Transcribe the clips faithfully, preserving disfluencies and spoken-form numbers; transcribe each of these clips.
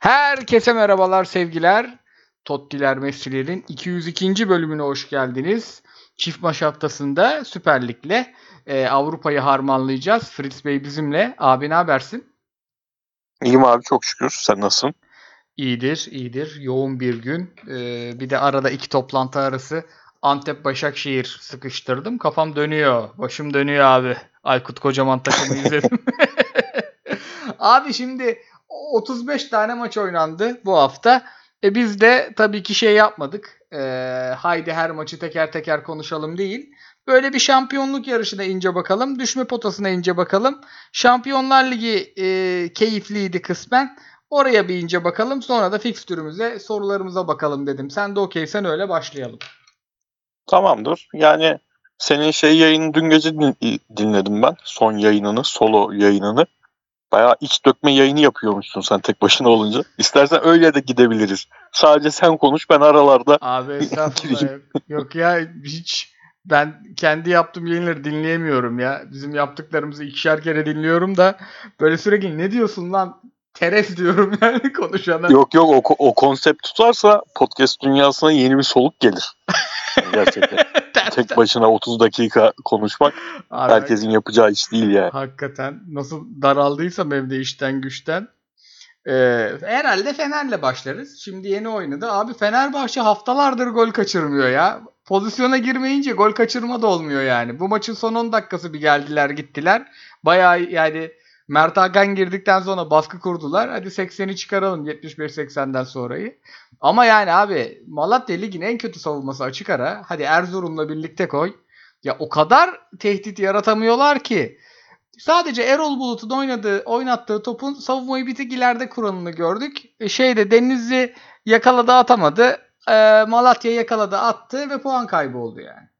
Herkese merhabalar, sevgiler. Tottiler Messi'lerin iki yüz ikinci bölümüne hoş geldiniz. Çift maç haftasında Süper Lig'le e, Avrupa'yı harmanlayacağız. Fritz Bey bizimle. Abi ne habersin? İyiyim abi, çok şükür. Sen nasılsın? İyidir, iyidir. Yoğun bir gün. Ee, bir de arada iki toplantı arası Antep-Başakşehir sıkıştırdım. Kafam dönüyor. Başım dönüyor abi. Aykut Kocaman takımı izledim. Abi şimdi otuz beş tane maç oynandı bu hafta. E biz de tabii ki şey yapmadık. E, haydi her maçı teker teker konuşalım değil. Böyle bir şampiyonluk yarışına ince bakalım. Düşme potasına ince bakalım. Şampiyonlar Ligi e, keyifliydi kısmen. Oraya bir ince bakalım. Sonra da fikstürümüze, sorularımıza bakalım dedim. Sen de okeysen öyle başlayalım. Tamamdır. Yani senin şey yayını dün gece din- dinledim ben. Son yayınını, solo yayınını. Bayağı iç dökme yayını yapıyormuşsun sen tek başına olunca. İstersen öyle de gidebiliriz. Sadece sen konuş, ben aralarda Abi estağfurullah. gireyim. Yok, yok ya hiç ben kendi yaptığım yayınları dinleyemiyorum ya. Bizim yaptıklarımızı ikişer kere dinliyorum da böyle sürekli ne diyorsun lan? Teres diyorum yani konuşana. Yok yok, o, o konsept tutarsa podcast dünyasına yeni bir soluk gelir. Yani gerçekten. Tek başına otuz dakika konuşmak Abi, herkesin yapacağı iş değil yani. hakikaten nasıl daraldıysam evde işten güçten. Ee, herhalde Fener'le başlarız. Şimdi yeni oynadı. Abi Fenerbahçe haftalardır gol kaçırmıyor ya. Pozisyona girmeyince gol kaçırma da olmuyor yani. Bu maçın son on dakikası bir geldiler gittiler. Bayağı yani Mert Hakan girdikten sonra baskı kurdular. Hadi sekseni çıkaralım yetmiş beş seksenden sonrayı. Ama yani abi Malatya Lig'in en kötü savunması açık ara. Hadi Erzurum'la birlikte koy. Ya o kadar tehdit yaratamıyorlar ki. Sadece Erol Bulut'un oynadığı, oynattığı topun savunmayı bir tek ileride kuranını gördük. E, şeyde Denizli yakaladı atamadı. E, Malatya yakaladı attı ve puan kaybı oldu yani.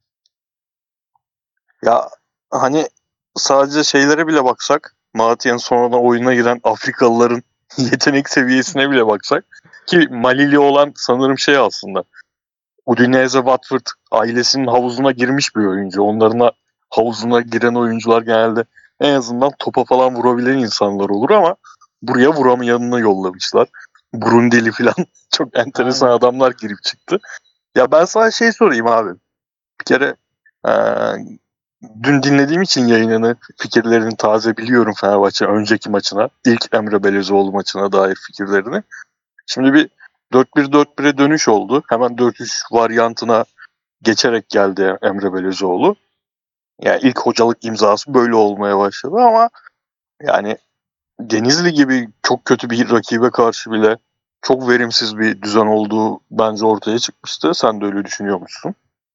Ya hani sadece şeylere bile baksak, Malatya'nın sonradan oyuna giren Afrikalıların yetenek seviyesine bile baksak, ki Malili olan sanırım şey aslında Udinese Watford ailesinin havuzuna girmiş bir oyuncu. Onların havuzuna giren oyuncular genelde en azından topa falan vurabilen insanlar olur ama buraya vuramayanını yollamışlar. Brundeli falan çok enteresan Aynen. adamlar girip çıktı. Ya ben sana şey sorayım abi. Bir kere ee, dün dinlediğim için yayınını, fikirlerini taze biliyorum Fenerbahçe önceki maçına, ilk Emre Belezoğlu maçına dair fikirlerini. Şimdi bir dört bir dört bire dönüş oldu. Hemen dört üç varyantına geçerek geldi Emre Belezoğlu. Yani ilk hocalık imzası böyle olmaya başladı ama yani Denizli gibi çok kötü bir rakibe karşı bile çok verimsiz bir düzen olduğu bence ortaya çıkmıştı. Sen de öyle düşünüyormuşsun.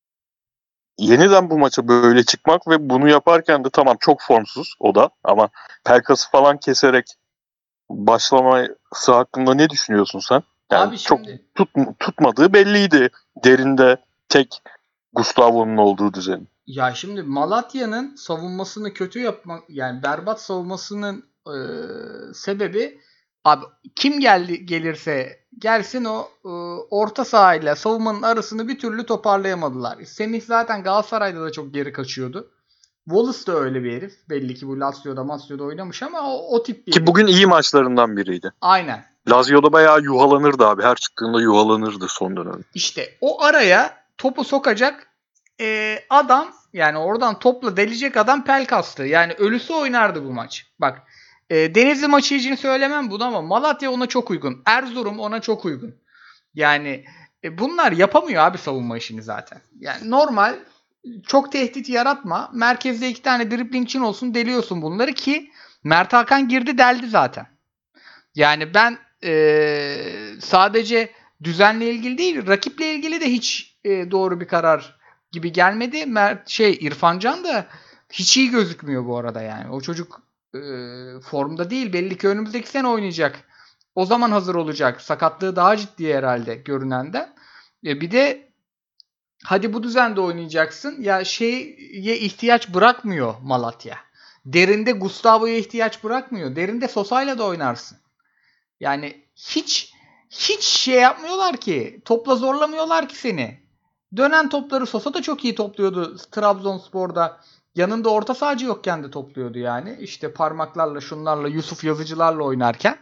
Yeniden bu maça böyle çıkmak ve bunu yaparken de tamam çok formsuz o da ama Pelkas'ı falan keserek başlaması hakkında ne düşünüyorsun sen? Yani Abi çok şimdi tut, tutmadığı belliydi. Derinde tek Gustavo'nun olduğu düzen. ya şimdi Malatya'nın savunmasını kötü yapmak yani berbat savunmasının e, sebebi abi kim geldi gelirse gelsin o e, orta sahayla savunmanın arasını bir türlü toparlayamadılar. Semih zaten Galatasaray'da da çok geri kaçıyordu. Wallace da öyle bir herif. Belli ki bu Lazio'da, Mazio'da oynamış ama o, o tip bir Ki herif. bugün iyi maçlarından biriydi. Aynen. Lazio'da bayağı yuhalanırdı abi. Her çıktığında yuhalanırdı son dönem. İşte o araya topu sokacak e, adam yani oradan topla delecek adam Pelkas'tı. Yani ölüsü oynardı bu maç. Bak e, Denizli maçı için söylemem bunu ama Malatya ona çok uygun. Erzurum ona çok uygun. Yani e, bunlar yapamıyor abi savunma işini zaten. Yani normal çok tehdit yaratma. Merkezde iki tane driblingçin olsun deliyorsun bunları ki Mert Hakan girdi deldi zaten. Yani ben e, sadece düzenle ilgili değil rakiple ilgili de hiç e, doğru bir karar gibi gelmedi. Mert, şey İrfan Can da hiç iyi gözükmüyor bu arada yani. O çocuk e, formda değil. Belli ki önümüzdeki sene oynayacak. O zaman hazır olacak. Sakatlığı daha ciddi herhalde görünenden. E, bir de hadi bu düzende oynayacaksın. Ya şeye ihtiyaç bırakmıyor Malatya. Derinde Gustavo'ya ihtiyaç bırakmıyor. Derinde Sosa'yla da oynarsın. Yani hiç hiç şey yapmıyorlar ki. Topla zorlamıyorlar ki seni. Dönen topları Sosa da çok iyi topluyordu Trabzonspor'da. Yanında orta sahacı yokken de topluyordu yani. İşte parmaklarla şunlarla Yusuf Yazıcılarla oynarken.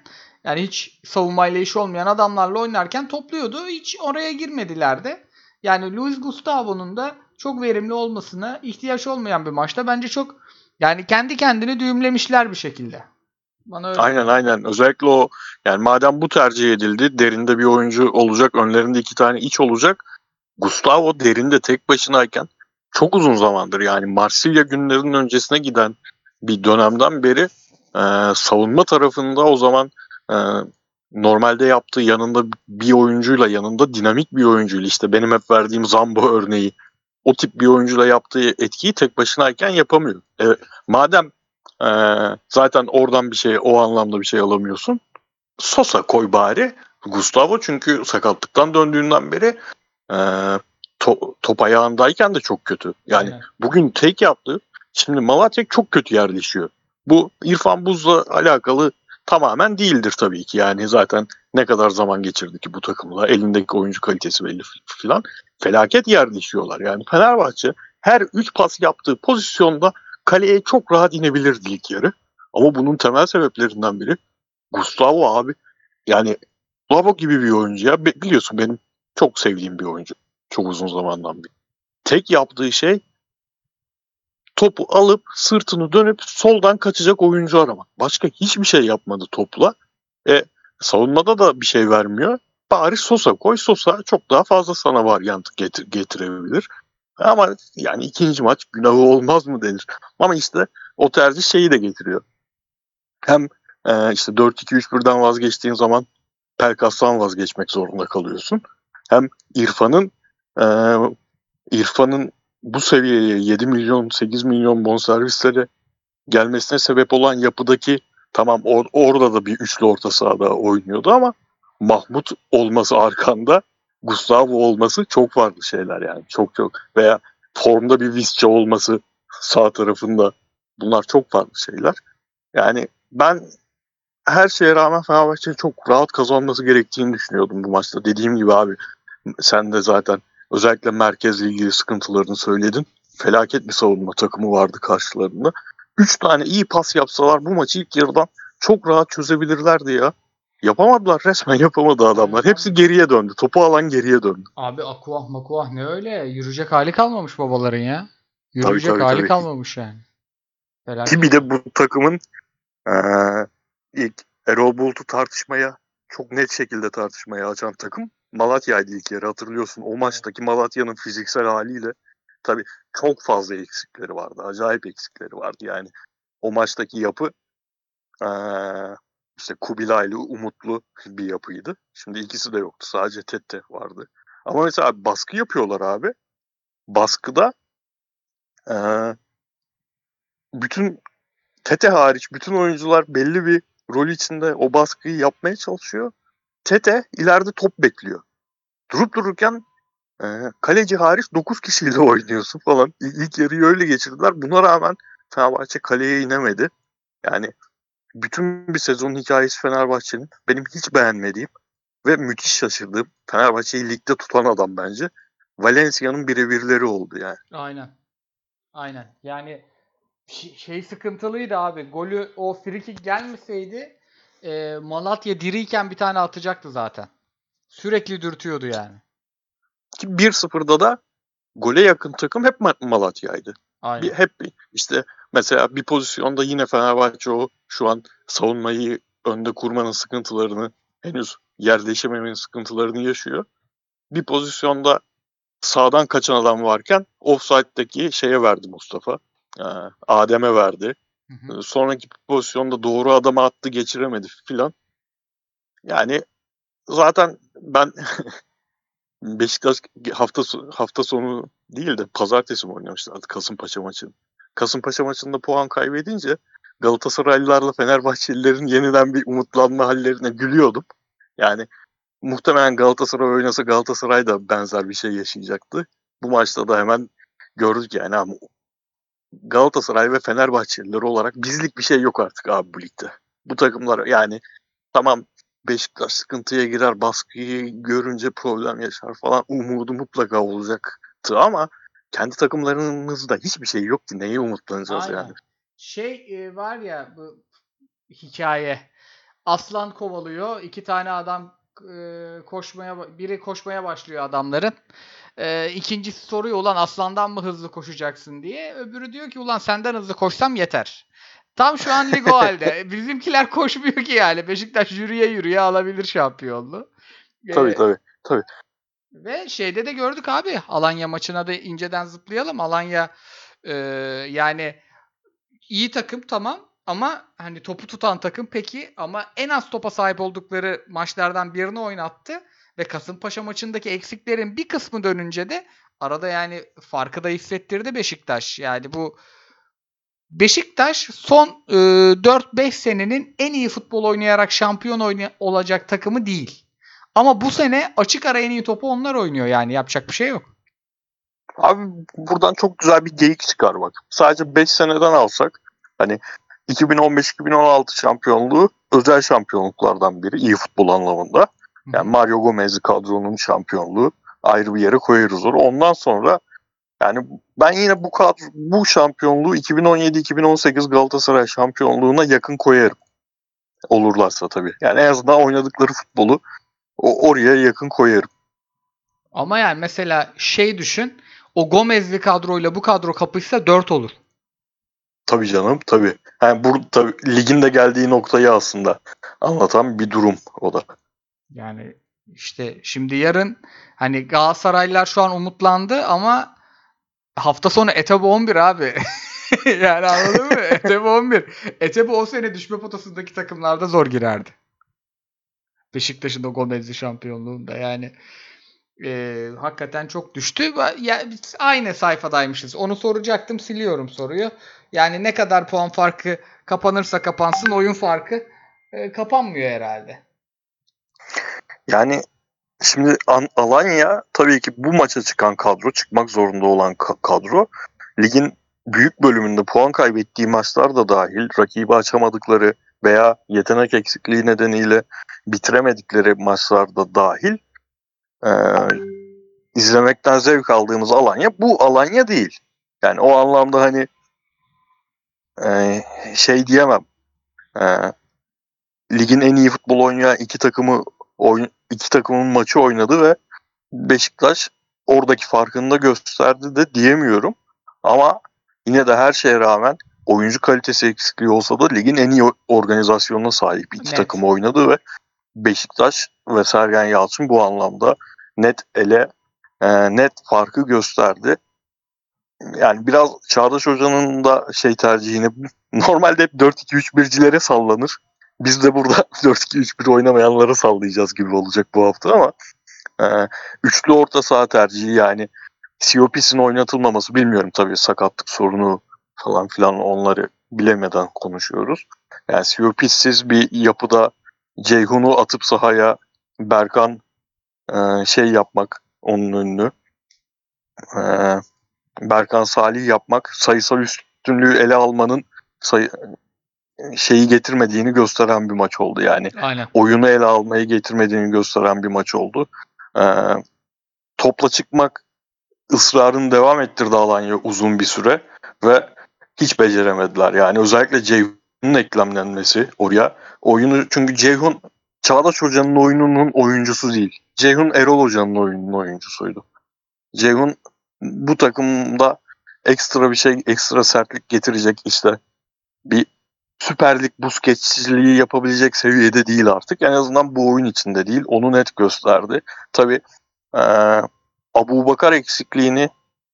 Yani hiç savunmayla işi olmayan adamlarla oynarken topluyordu. Hiç oraya girmediler de. Yani Luis Gustavo'nun da çok verimli olmasına ihtiyaç olmayan bir maçta bence çok yani kendi kendini düğümlemişler bir şekilde. Bana öyle. Aynen aynen. Özellikle o, yani madem bu tercih edildi, derinde bir oyuncu olacak, önlerinde iki tane iç olacak. Gustavo derinde tek başınayken çok uzun zamandır, yani Marsilya günlerinin öncesine giden bir dönemden beri e, savunma tarafında o zaman e, normalde yaptığı yanında bir oyuncuyla, yanında dinamik bir oyuncuyla, işte benim hep verdiğim Zambo örneği, o tip bir oyuncuyla yaptığı etkiyi tek başınayken yapamıyor. E, madem e, zaten oradan bir şey, o anlamda bir şey alamıyorsun, Sosa koy bari. Gustavo çünkü sakatlıktan döndüğünden beri e, to, top ayağındayken de çok kötü. Yani Aynen. bugün tek yaptı. Şimdi Malatya çok kötü yerleşiyor. Bu İrfan Buz'la alakalı tamamen değildir tabii ki. Yani zaten ne kadar zaman geçirdi ki bu takımla, elindeki oyuncu kalitesi belli filan. Felaket yerleşiyorlar. Yani Fenerbahçe her üç pas yaptığı pozisyonda kaleye çok rahat inebilirdi ilk yarı. Ama bunun temel sebeplerinden biri Gustavo abi. Yani Gustavo gibi bir oyuncu ya. Biliyorsun benim çok sevdiğim bir oyuncu. Çok uzun zamandan beri. Tek yaptığı şey topu alıp sırtını dönüp soldan kaçacak oyuncu aramak. Başka hiçbir şey yapmadı topla. E, savunmada da bir şey vermiyor. Bari Sosa koy. Sosa çok daha fazla sana varyant getir, getirebilir. Ama yani ikinci maç günahı olmaz mı denir. Ama işte o tercih şeyi de getiriyor. Hem e, işte dört iki üç birden vazgeçtiğin zaman Pelkas'tan vazgeçmek zorunda kalıyorsun. Hem İrfan'ın e, İrfan'ın bu seviyeye yedi milyon sekiz milyon bonservisleri gelmesine sebep olan yapıdaki, tamam or, orada da bir üçlü orta sahada oynuyordu ama Mahmut olması arkanda, Gustavo olması çok farklı şeyler yani. Çok çok, veya formda bir Visca olması sağ tarafında, bunlar çok farklı şeyler. Yani ben her şeye rağmen Fenerbahçe'nin çok rahat kazanması gerektiğini düşünüyordum bu maçta. Dediğim gibi abi, sen de zaten özellikle merkezle ilgili sıkıntılarını söyledin. Felaket bir savunma takımı vardı karşılarında. Üç tane iyi pas yapsalar bu maçı ilk yarıdan çok rahat çözebilirlerdi ya. Yapamadılar, resmen yapamadı adamlar. Hepsi geriye döndü. Topu alan geriye döndü. Abi akuah makuah ne öyle? Yürüyecek hali kalmamış babaların ya. Tabii Yürüyecek tabii hali tabii. kalmamış yani. Ki bir Felaket. de bu takımın Ee, ilk Erol Bulut'u tartışmaya, çok net şekilde tartışmaya açan takım Malatya'ydı ilk yarı, hatırlıyorsun. O maçtaki Malatya'nın fiziksel haliyle tabii çok fazla eksikleri vardı. Acayip eksikleri vardı yani. O maçtaki yapı ee, işte Kubilaylı, Umutlu bir yapıydı. Şimdi ikisi de yoktu. Sadece Tete vardı. Ama mesela baskı yapıyorlar abi. Baskıda ee, bütün Tete hariç bütün oyuncular belli bir rol içinde o baskıyı yapmaya çalışıyor. Tete ileride top bekliyor. Durup dururken e, kaleci hariç dokuz kişiyle oynuyorsun falan. İlk, ilk yarıyı öyle geçirdiler. Buna rağmen Fenerbahçe kaleye inemedi. Yani bütün bir sezonun hikayesi Fenerbahçe'nin, benim hiç beğenmediğim ve müthiş şaşırdığım, Fenerbahçe'yi ligde tutan adam bence Valencia'nın birebirleri oldu yani. Aynen. Aynen. Yani ş- şey sıkıntılıydı abi. Golü o frikik gelmeseydi e, Malatya diriyken bir tane atacaktı zaten. Sürekli dürtüyordu yani. Ki bir sıfırda da gole yakın takım hep Malatya'ydı. Bir, Aynen. hep bir, işte mesela bir pozisyonda yine Fenerbahçe o şu an savunmayı önde kurmanın sıkıntılarını, henüz yerleşememenin sıkıntılarını yaşıyor. Bir pozisyonda sağdan kaçan adam varken offside'daki şeye verdi Mustafa. Adem'e verdi. Hı hı. Sonraki pozisyonda doğru adama attı, geçiremedi filan. Yani zaten ben Beşiktaş hafta hafta sonu değil de pazartesi mi oynamışlardı Kasımpaşa maçını. Kasımpaşa maçında puan kaybedince Galatasaraylılarla Fenerbahçelilerin yeniden bir umutlanma hallerine gülüyordum. Yani muhtemelen Galatasaray oynasa Galatasaray da benzer bir şey yaşayacaktı. Bu maçta da hemen gördük yani, ama Galatasaray ve Fenerbahçeliler olarak bizlik bir şey yok artık abi bu ligde. Bu takımlar yani, tamam, Beşiktaş sıkıntıya girer, baskıyı görünce problem yaşar falan umudu mutlaka olacaktı ama kendi takımlarımızda hiçbir şey yok ki, neye umutlanacağız yani. Aynen. Şey e, var ya bu hikaye. Aslan kovalıyor. İki tane adam e, koşmaya biri koşmaya başlıyor adamların. E, ikincisi soruyor ulan aslandan mı hızlı koşacaksın diye. Öbürü diyor ki ulan senden hızlı koşsam yeter. Tam şu an lig o halde. Bizimkiler koşmuyor ki yani. Beşiktaş yürüye yürüye alabilir şampiyonluğu. Tabii E, tabii. Tabii. Ve şeyde de gördük abi. Alanya maçına da inceden zıplayalım. Alanya e, yani iyi takım tamam ama hani topu tutan takım peki ama en az topa sahip oldukları maçlardan birini oynattı ve Kasımpaşa maçındaki eksiklerin bir kısmı dönünce de arada yani farkı da hissettirdi Beşiktaş. Yani bu Beşiktaş son e, dört beş senenin en iyi futbol oynayarak şampiyon oynay- olacak takımı değil. Ama bu sene açık ara en iyi topu onlar oynuyor yani yapacak bir şey yok. Abi buradan çok güzel bir geyik çıkar bak. Sadece beş seneden alsak hani iki bin on beş iki bin on altı şampiyonluğu özel şampiyonluklardan biri iyi futbol anlamında. Yani Mario Gomez'li kadronun şampiyonluğu ayrı bir yere koyarız onu. Ondan sonra yani ben yine bu kadro, bu şampiyonluğu iki bin on yedi iki bin on sekiz Galatasaray şampiyonluğuna yakın koyarım. Olurlarsa tabii. Yani en azından oynadıkları futbolu o oraya yakın koyarım. Ama yani mesela şey düşün. O Gomez'li kadroyla bu kadro kapışsa dört olur. Tabii canım tabii. Yani bu tabii ligin de geldiği noktayı aslında anlatan bir durum o da. Yani işte şimdi yarın hani Galatasaraylılar şu an umutlandı ama hafta sonu Etebo on bir abi. Yani anladın mı? Etebo on bir. Etebo o sene düşme potasındaki takımlarda zor girerdi. Beşiktaş'ın o Gomez'li şampiyonluğunda yani e, hakikaten çok düştü. Ya, biz aynı sayfadaymışız. Onu soracaktım siliyorum soruyu. Yani ne kadar puan farkı kapanırsa kapansın oyun farkı e, kapanmıyor herhalde. Yani şimdi An- Alanya tabii ki bu maça çıkan kadro, çıkmak zorunda olan ka- kadro. Ligin büyük bölümünde puan kaybettiği maçlar da dahil, rakibi açamadıkları veya yetenek eksikliği nedeniyle bitiremedikleri maçlar da dahil e, izlemekten zevk aldığımız Alanya bu Alanya değil. Yani o anlamda hani e, şey diyemem. E, Ligin en iyi futbol oynayan iki takımı oyun, iki takımın maçı oynadı ve Beşiktaş oradaki farkını da gösterdi de diyemiyorum. Ama yine de her şeye rağmen oyuncu kalitesi eksikliği olsa da ligin en iyi organizasyonuna sahip iki Net. takım oynadı ve Beşiktaş ve Sergen Yalçın bu anlamda net ele e, net farkı gösterdi. Yani biraz Çağdaş Hoca'nın da şey tercihini normalde hep dört iki üç bircilere sallanır. Biz de burada dört iki üç bir oynamayanlara sallayacağız gibi olacak bu hafta ama e, üçlü orta saha tercihi yani Siopis'in oynatılmaması bilmiyorum tabii sakatlık sorunu falan filan onları bilemeden konuşuyoruz. Yani Siopis'siz bir yapıda Ceyhun'u atıp sahaya Berkan e, şey yapmak onun önünü e, Berkan Salih yapmak sayısal üstünlüğü ele almanın sayı, şeyi getirmediğini gösteren bir maç oldu yani. Aynen. Oyunu ele almayı getirmediğini gösteren bir maç oldu. Ee, Topla çıkmak ısrarını devam ettirdi Alanya uzun bir süre ve hiç beceremediler. Yani özellikle Ceyhun'un eklemlenmesi oraya. Oyunu çünkü Ceyhun Çağdaş Hoca'nın oyununun oyuncusu değil. Ceyhun Erol Hoca'nın oyununun oyuncusuydu. Ceyhun bu takımda ekstra bir şey, ekstra sertlik getirecek işte bir Süper Lig Busquets'liği yapabilecek seviyede değil artık. En azından bu oyun içinde değil. Onu net gösterdi. Tabii ee, Abubakar eksikliğini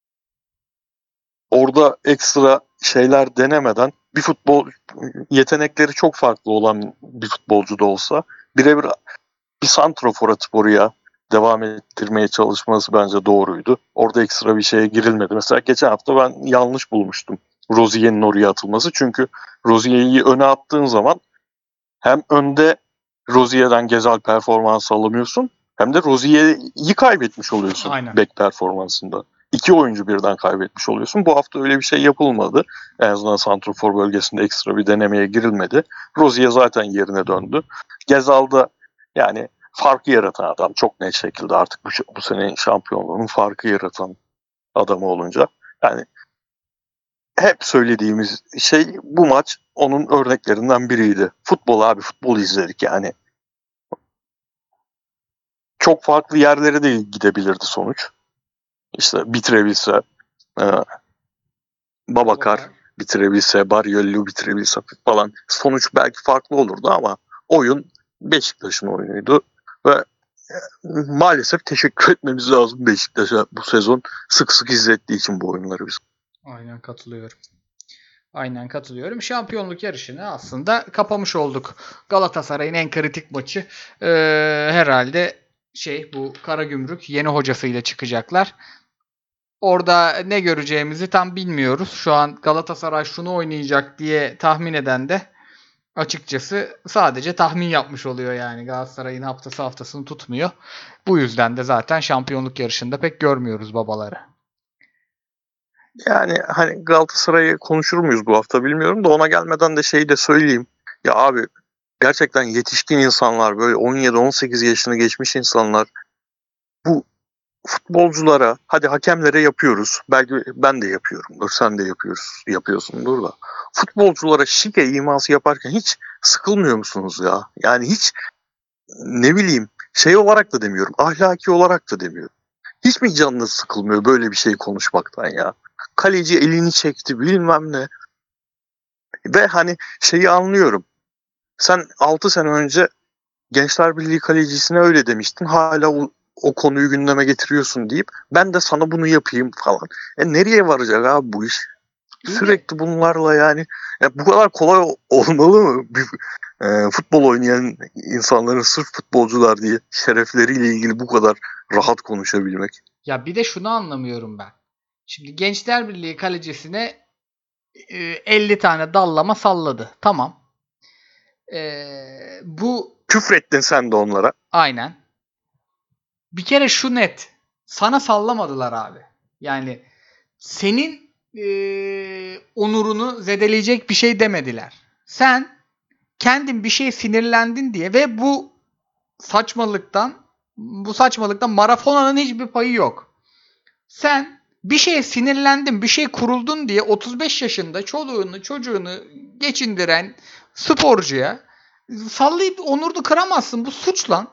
orada ekstra şeyler denemeden bir futbol yetenekleri çok farklı olan bir futbolcu da olsa birebir bir santrofor atıp oraya devam ettirmeye çalışması bence doğruydu. Orada ekstra bir şeye girilmedi. Mesela geçen hafta ben yanlış bulmuştum Rozier'in oraya atılması. Çünkü Rozier'i öne attığın zaman hem önde Rozier'den Gezal performans alamıyorsun hem de Rozier'i kaybetmiş oluyorsun Aynen. bek performansında. İki oyuncu birden kaybetmiş oluyorsun. Bu hafta öyle bir şey yapılmadı. En azından santrofor bölgesinde ekstra bir denemeye girilmedi. Rozier zaten yerine döndü. Gezal da yani farkı yaratan adam. Çok net şekilde artık bu, bu sene şampiyonluğunun farkı yaratan adamı olunca. Yani hep söylediğimiz şey bu maç onun örneklerinden biriydi. Futbol abi futbol izledik yani. Çok farklı yerlere de gidebilirdi sonuç. İşte bitirebilse e, Babakar bitirebilse, Baryollu bitirebilse falan sonuç belki farklı olurdu ama oyun Beşiktaş'ın oyunuydu ve maalesef teşekkür etmemiz lazım Beşiktaş'a bu sezon sık sık izlettiği için bu oyunları biz. Aynen katılıyorum. Aynen katılıyorum. Şampiyonluk yarışını aslında kapamış olduk. Galatasaray'ın en kritik maçı ee, herhalde şey bu Karagümrük yeni hocasıyla çıkacaklar. Orada ne göreceğimizi tam bilmiyoruz. Şu an Galatasaray şunu oynayacak diye tahmin eden de açıkçası sadece tahmin yapmış oluyor yani. Galatasaray'ın haftası haftasını tutmuyor. Bu yüzden de zaten şampiyonluk yarışında pek görmüyoruz babaları. Yani hani Galatasaray'ı konuşur muyuz bu hafta bilmiyorum da ona gelmeden de şeyi de söyleyeyim. Ya abi gerçekten yetişkin insanlar böyle on yedi on sekiz yaşını geçmiş insanlar bu futbolculara hadi hakemlere yapıyoruz. Belki ben de yapıyorumdur. Sen de yapıyoruz. Yapıyorsundur da. Futbolculara şike iması yaparken hiç sıkılmıyor musunuz ya? Yani hiç ne bileyim şey olarak da demiyorum. Ahlaki olarak da demiyorum. Hiç mi canınız sıkılmıyor böyle bir şey konuşmaktan ya? Kaleci elini çekti bilmem ne. Ve hani şeyi anlıyorum. Sen altı sene önce Gençler Birliği kalecisine öyle demiştin. Hala o, o konuyu gündeme getiriyorsun deyip ben de sana bunu yapayım falan. E nereye varacak abi bu iş? Sürekli bunlarla yani. Ya bu kadar kolay olmalı mı? Bir, e, futbol oynayan insanların sırf futbolcular diye şerefleriyle ilgili bu kadar rahat konuşabilmek. Ya bir de şunu anlamıyorum ben. Şimdi Gençler Birliği kalecisine e, elli tane dallama salladı. Tamam. E, bu Küfrettin sen de onlara. aynen. Bir kere şu net. Sana sallamadılar abi. Yani senin e, onurunu zedeleyecek bir şey demediler. Sen kendin bir şeye sinirlendin diye ve bu saçmalıktan bu saçmalıktan Marafona'nın hiçbir payı yok. Sen bir şeye sinirlendin, bir şey kuruldun diye otuz beş yaşında çoluğunu, çocuğunu geçindiren sporcuya sallayıp onurunu kıramazsın. Bu suç lan.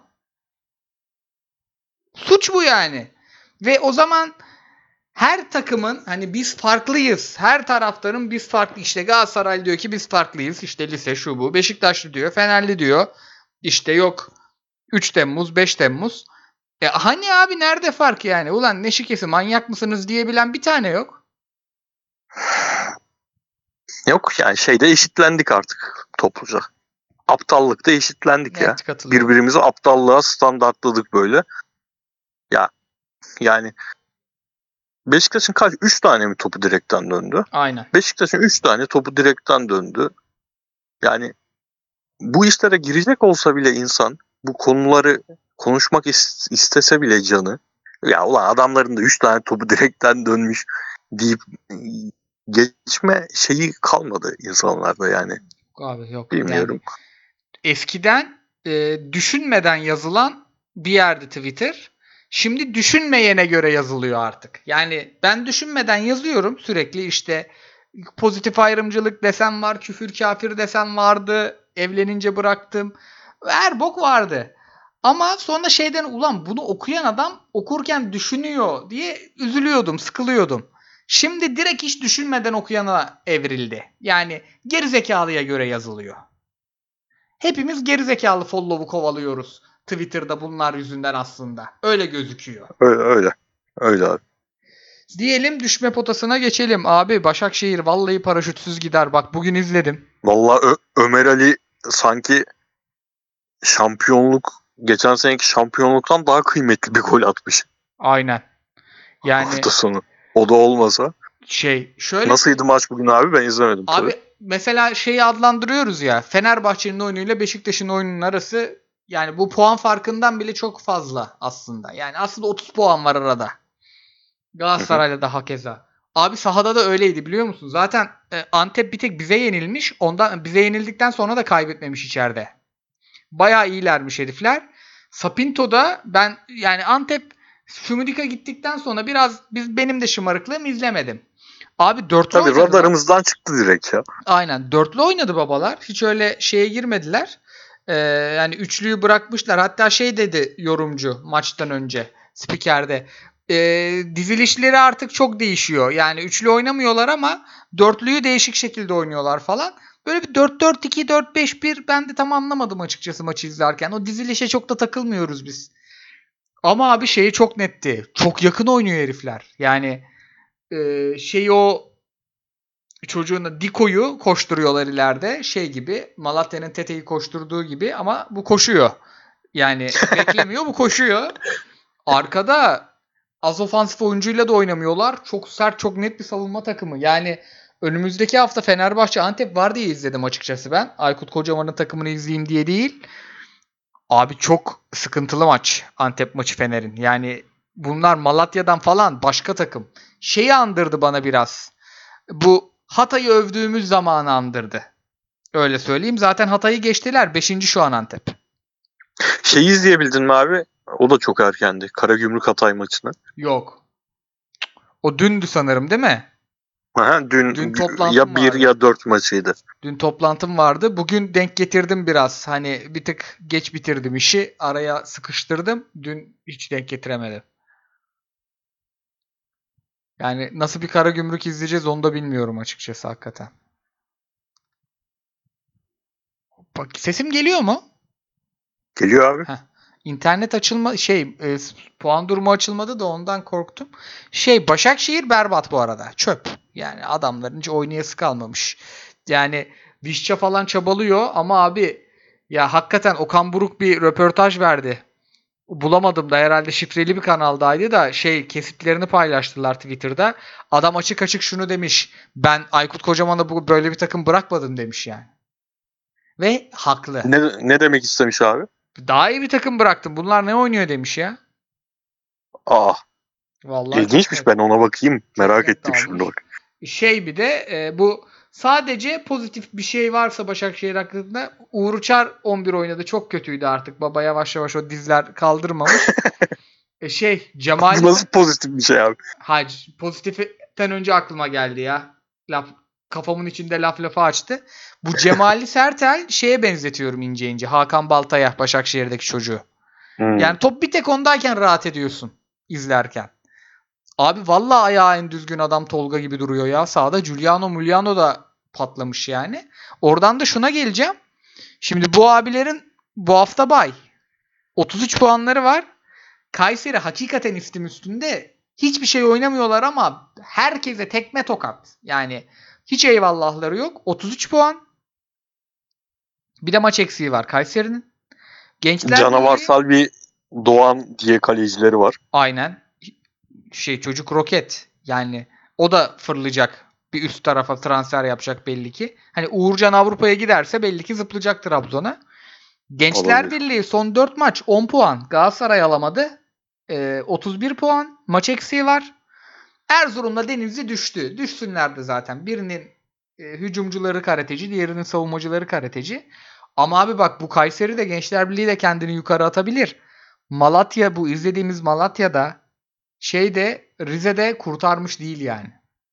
Suç bu yani. Ve o zaman her takımın hani biz farklıyız. Her taraftarın biz farklı. İşte Galatasaray diyor ki biz farklıyız. İşte lise şu bu. Beşiktaşlı diyor. Fenerli diyor. İşte yok üç Temmuz, beş Temmuz. E hani abi nerede fark yani? Ulan ne şikesi manyak mısınız diyebilen bir tane yok. Yok yani şeyde eşitlendik artık topluca. Aptallıkta eşitlendik Evet, ya. Birbirimizi aptallığa standartladık böyle. Ya yani Beşiktaş'ın kaç? üç tane mi topu direkten döndü? Aynen. Beşiktaş'ın üç tane topu direkten döndü. Yani bu işlere girecek olsa bile insan bu konuları konuşmak istese bile canı ya ulan adamların da üç tane topu direkten dönmüş deyip geçme şeyi kalmadı insanlarda yani. Abi yok. Bilmiyorum. Yani eskiden e, düşünmeden yazılan bir yerde Twitter. Şimdi düşünmeyene göre yazılıyor artık. Yani ben düşünmeden yazıyorum sürekli işte pozitif ayrımcılık desem var, küfür kafir desem vardı, evlenince bıraktım. Her bok vardı. Ama sonra şeyden ulan bunu okuyan adam okurken düşünüyor diye üzülüyordum, sıkılıyordum. Şimdi direkt hiç düşünmeden okuyana evrildi. Yani gerizekalıya göre yazılıyor. Hepimiz gerizekalı follow'u kovalıyoruz. Twitter'da bunlar yüzünden aslında. Öyle gözüküyor. Öyle öyle. Öyle abi. Diyelim düşme potasına geçelim. Abi Başakşehir vallahi paraşütsüz gider. Bak bugün izledim. Vallahi Ö- Ömer Ali sanki şampiyonluk geçen seneki şampiyonluktan daha kıymetli bir gol atmış. Aynen. Yani hafta sonu. O da olmasa. Şey şöyle. Nasıldı maç bugün abi? Ben izlemedim. Abi tabii. mesela şeyi adlandırıyoruz ya. Fenerbahçe'nin oyunuyla Beşiktaş'ın oyunun arası yani bu puan farkından bile çok fazla aslında. Yani aslında otuz puan var arada. Galatasaray'la da hakeza. Abi sahada da öyleydi biliyor musun? Zaten e, Antep bir tek bize yenilmiş. Ondan bize yenildikten sonra da kaybetmemiş içeride. Bayağı iyilermiş herifler. Sapinto'da ben yani Antep Şumudika gittikten sonra biraz biz benim de şımarıklığım izlemedim. Abi dörtlü Tabii oynadılar. radarımızdan çıktı direkt ya. Aynen. Dörtlü oynadı babalar. Hiç öyle şeye girmediler. Ee, yani üçlüyü bırakmışlar. Hatta şey dedi yorumcu maçtan önce spikerde. Ee, dizilişleri artık çok değişiyor. Yani üçlü oynamıyorlar ama dörtlüyü değişik şekilde oynuyorlar falan. Böyle bir dört dört iki dört beş bir ben de tam anlamadım açıkçası maçı izlerken. O dizilişe çok da takılmıyoruz biz. Ama abi şeyi çok netti. Çok yakın oynuyor herifler. Yani e, şey o çocuğun Diko'yu koşturuyorlar ileride. Şey gibi Malatya'nın Tete'yi koşturduğu gibi ama bu koşuyor. Yani beklemiyor bu koşuyor. Arkada az ofansif oyuncuyla da oynamıyorlar. Çok sert çok net bir savunma takımı. Yani önümüzdeki hafta Fenerbahçe Antep var diye izledim açıkçası ben. Aykut Kocaman'ın takımını izleyeyim diye değil. Abi çok sıkıntılı maç Antep maçı Fener'in. Yani bunlar Malatya'dan falan başka takım. Şeyi andırdı bana biraz. Bu Hatay'ı övdüğümüz zamanı andırdı. Öyle söyleyeyim. Zaten Hatay'ı geçtiler. Beşinci şu an Antep. Şeyi izleyebildin mi abi? O da çok erkendi. Karagümrük Hatay maçını. Yok. O dündü sanırım değil mi? Aha, dün, Dün toplantım ya bir vardı. ya dört maçıydı. Dün toplantım vardı. Bugün denk getirdim biraz. Hani bir tık geç bitirdim işi. Araya sıkıştırdım. Dün hiç denk getiremedim. Yani nasıl bir Karagümrük izleyeceğiz onu da bilmiyorum açıkçası hakikaten. Bak sesim geliyor mu? Geliyor abi. Heh. İnternet açılma şey e, puan durumu açılmadı da ondan korktum. Şey Başakşehir berbat bu arada. Çöp. Yani adamların hiç oynayası kalmamış. Yani Vişça falan çabalıyor ama abi ya hakikaten Okan Buruk bir röportaj verdi. Bulamadım da herhalde şifreli bir kanaldaydı da şey kesitlerini paylaştılar Twitter'da. Adam açık açık şunu demiş. Ben Aykut Kocaman'a bu böyle bir takım bırakmadım demiş yani. Ve haklı. Ne, ne demek istemiş abi? Daha iyi bir takım bıraktım. Bunlar ne oynuyor demiş ya. Aa, Vallahi ilginçmiş, çok net, ben ona bakayım. çok Merak net ettim şimdi dalmış. bak. Şey bir de e, bu sadece pozitif bir şey varsa Başakşehir hakkında Uğur Uçar on bir oynadı. Çok kötüydü artık. Baba yavaş yavaş o dizler kaldırmamış. e, şey Cemal Bu nasıl pozitif bir şey abi? Hac pozitiften önce aklıma geldi ya. Laf kafamın içinde laf lafı açtı. Bu Cemali Sertel şeye benzetiyorum ince ince. Hakan Baltay'a Başakşehir'deki çocuğu. Hmm. Yani top bir tek ondayken rahat ediyorsun izlerken. Abi vallahi ayağı en düzgün adam Tolga gibi duruyor ya. Sağda Giuliano Muliano da patlamış yani. Oradan da şuna geleceğim. Şimdi bu abilerin bu hafta bay. otuz üç puanları var. Kayseri hakikaten istim üstünde. Hiçbir şey oynamıyorlar ama herkese tekme tokat. Yani hiç eyvallahları yok. otuz üç puan. Bir de maç eksiği var Kayseri'nin. Gençler Canavarsal bir Doğan diye kalecileri var. aynen. Şey çocuk roket. Yani o da fırlayacak. Bir üst tarafa transfer yapacak belli ki. Hani Uğurcan Avrupa'ya giderse belli ki zıplayacak Trabzon'a. Gençler Olabilir. Birliği son dört maç on puan. Galatasaray alamadı. Ee, otuz bir puan. Maç eksiği var. Erzurum'la Denizli düştü. Düşsünler de zaten. Birinin e, hücumcuları karateci, diğerinin savunmacıları karateci. Ama abi bak bu Kayseri de Gençler Birliği de kendini yukarı atabilir. Malatya bu izlediğimiz Malatya'da şeyde Rize'de kurtarmış değil yani.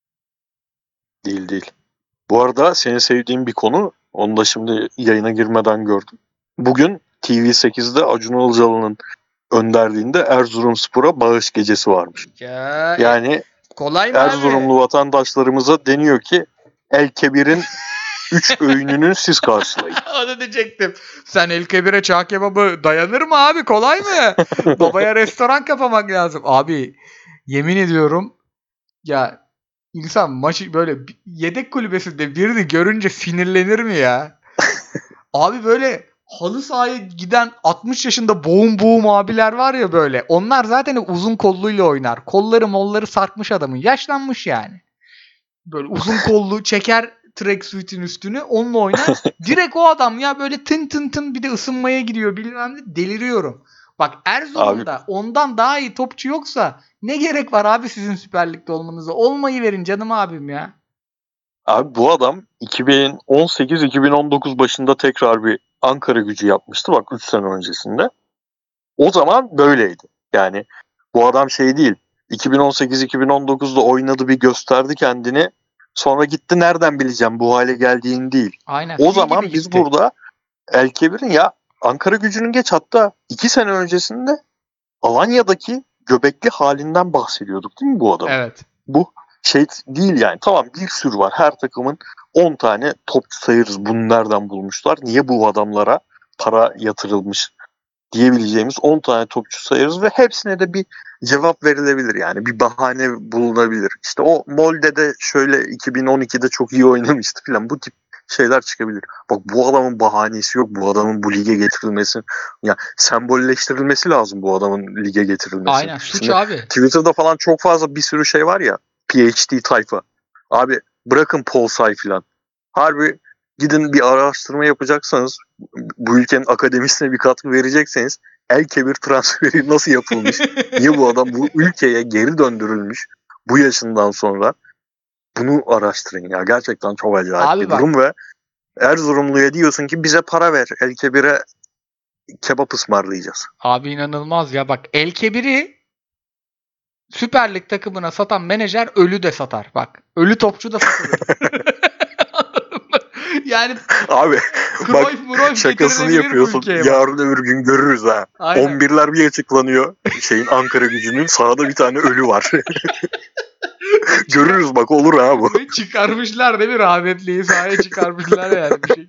Değil değil. Bu arada senin sevdiğin bir konu. Onu da şimdi yayına girmeden gördüm. Bugün T V sekizde Acun Ilıcalı'nın önderliğinde Erzurumspor'a bağış gecesi varmış. Ya, Yani e, kolay mı Erzurumlu abi? vatandaşlarımıza deniyor ki El Kebir'in üç öğününü siz karşılayın. Onu diyecektim. Sen El Kebir'e çağ kebabı dayanır mı abi? Kolay mı? Babaya restoran kapamak lazım. Abi yemin ediyorum ya insan maçı böyle yedek kulübesinde birini görünce sinirlenir mi ya? Abi böyle halı sahaya giden altmış yaşında boğum boğum abiler var ya böyle. Onlar zaten uzun kolluyla oynar. Kolları molları sarkmış adamın. Yaşlanmış yani. Böyle uzun kollu çeker tracksuit'in üstünü onunla oynar. Direkt o adam ya böyle tın tın tın bir de ısınmaya gidiyor bilmem ne deliriyorum. Bak Erzurum'da abi, ondan daha iyi topçu yoksa ne gerek var abi sizin Süper Lig'de olmanıza? Olmayı verin canım abim ya. Abi bu adam iki bin on sekiz iki bin on dokuz başında tekrar bir Ankara Gücü yapmıştı. Bak üç sene öncesinde. O zaman böyleydi. Yani bu adam şey değil. iki bin on sekiz iki bin on dokuzda oynadı, bir gösterdi kendini. Sonra gitti, nereden bileceğim bu hale geldiğini değil. Aynen. O fil zaman gibi biz gitti. burada El Kebir'in, ya Ankara Gücü'nün geç hatta iki sene öncesinde Alanya'daki göbekli halinden bahsediyorduk değil mi bu adamın? Evet. Bu şey değil yani. Tamam, bir sürü var. Her takımın on tane topçu sayarız. Bunu nereden bulmuşlar? Niye bu adamlara para yatırılmış diyebileceğimiz on tane topçu sayarız ve hepsine de bir cevap verilebilir. Yani bir bahane bulunabilir. İşte o Molde'de şöyle iki bin on ikide çok iyi oynamıştı falan. Bu tip şeyler çıkabilir. Bak, bu adamın bahanesi yok. Bu adamın bu lige getirilmesi, ya sembolleştirilmesi lazım bu adamın lige getirilmesi. Aynen. Suç Şimdi abi. Twitter'da falan çok fazla bir sürü şey var ya. P H D tayfa. Abi bırakın Paul Say falan. Harbi gidin bir araştırma yapacaksanız, bu ülkenin akademisine bir katkı verecekseniz, El Kebir transferi nasıl yapılmış? Niye bu adam bu ülkeye geri döndürülmüş bu yaşından sonra? Bunu araştırın ya. Gerçekten çok acayip Abi bir bak. durum ve Erzurumlu'ya diyorsun ki bize para ver. El Kebir'e kebap ısmarlayacağız. Abi inanılmaz ya. Bak, El Kebir'i Süper Lig takımına satan menajer ölü de satar. Bak. Ölü topçu da satılır. Yani Abi bak, Cruyff Muruyff şakasını getirilebilir bu yapıyorsun. ülkeye bak. Yarın öbür gün görürüz ha. Aynen. on birler bir açıklanıyor. Şeyin, Ankara Gücü'nün sahada bir tane ölü var. Görürüz bak, olur ha bu. Ve çıkarmışlar değil mi? Rahmetliyi sahaya çıkarmışlar yani bir şey.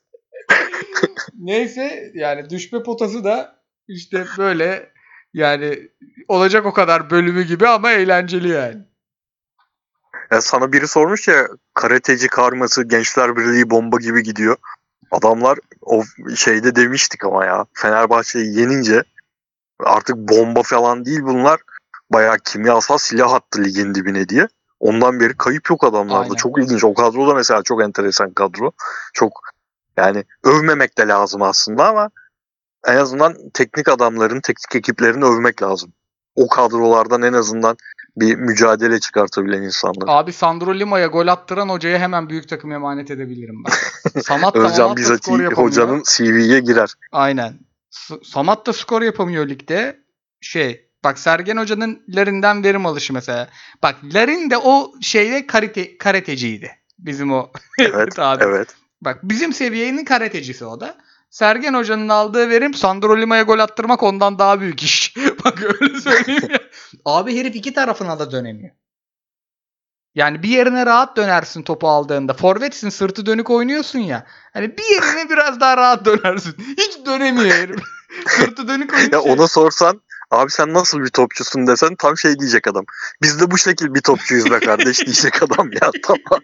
Neyse, yani düşme potası da işte böyle, yani olacak o kadar bölümü gibi ama eğlenceli yani. Ya sana biri sormuş ya, karateci karması Gençler Birliği bomba gibi gidiyor. Adamlar o şeyde demiştik ama ya, Fenerbahçe'yi yenince artık bomba falan değil bunlar. Bayağı kimyasal silah attı ligin dibine diye. Ondan beri kayıp yok adamlarda. Aynen. Çok ilginç. O kadro da mesela çok enteresan kadro. Çok, yani övmemek de lazım aslında ama en azından teknik adamların, teknik ekiplerini övmek lazım. O kadrolardan en azından bir mücadele çıkartabilen insanlar. Abi Sandro Lima'ya gol attıran hocaya hemen büyük takım emanet edebilirim ben. Samat da Özcan Mamat da Bizati skor yapamıyor. hocanın C V'ye girer. Aynen. S- Samat da skor yapamıyor ligde. Şey, bak Sergen Hoca'nın Larin'den verim alışı mesela. Bak Larin de o şeyde karate, karateciydi. Bizim o. Evet, abi. evet. Bak bizim seviyenin karatecisi o da. Sergen Hoca'nın aldığı verim Sandro Lima'ya gol attırmak ondan daha büyük iş. Bak öyle söyleyeyim ya. Abi herif iki tarafına da dönemiyor. Yani bir yerine rahat dönersin topu aldığında. Forvetsin, sırtı dönük oynuyorsun ya. Hani bir yerine biraz daha rahat dönersin. Hiç dönemiyor herif. Sırtı dönük oyuncu. Ya ona sorsan, abi sen nasıl bir topçusun desen, tam şey diyecek adam. Biz de bu şekil bir topçuyuz be kardeş diyecek adam ya. Tamam.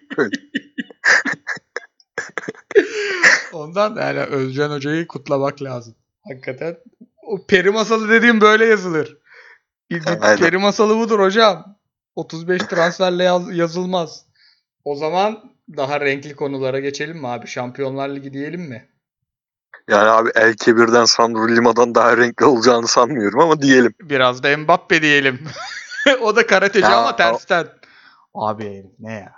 Ondan yani Özcan Hoca'yı kutlamak lazım. Hakikaten. O peri masalı dediğim böyle yazılır. Aynen. Peri masalı budur hocam. otuz beş transferle yaz- yazılmaz. O zaman daha renkli konulara geçelim mi abi? Şampiyonlar Ligi diyelim mi? Yani abi El Kebir'den Sandro Lima'dan daha renkli olacağını sanmıyorum ama diyelim. Biraz da Mbappe diyelim. O da karateci Ya, ama tersten. Abi herif ne ya?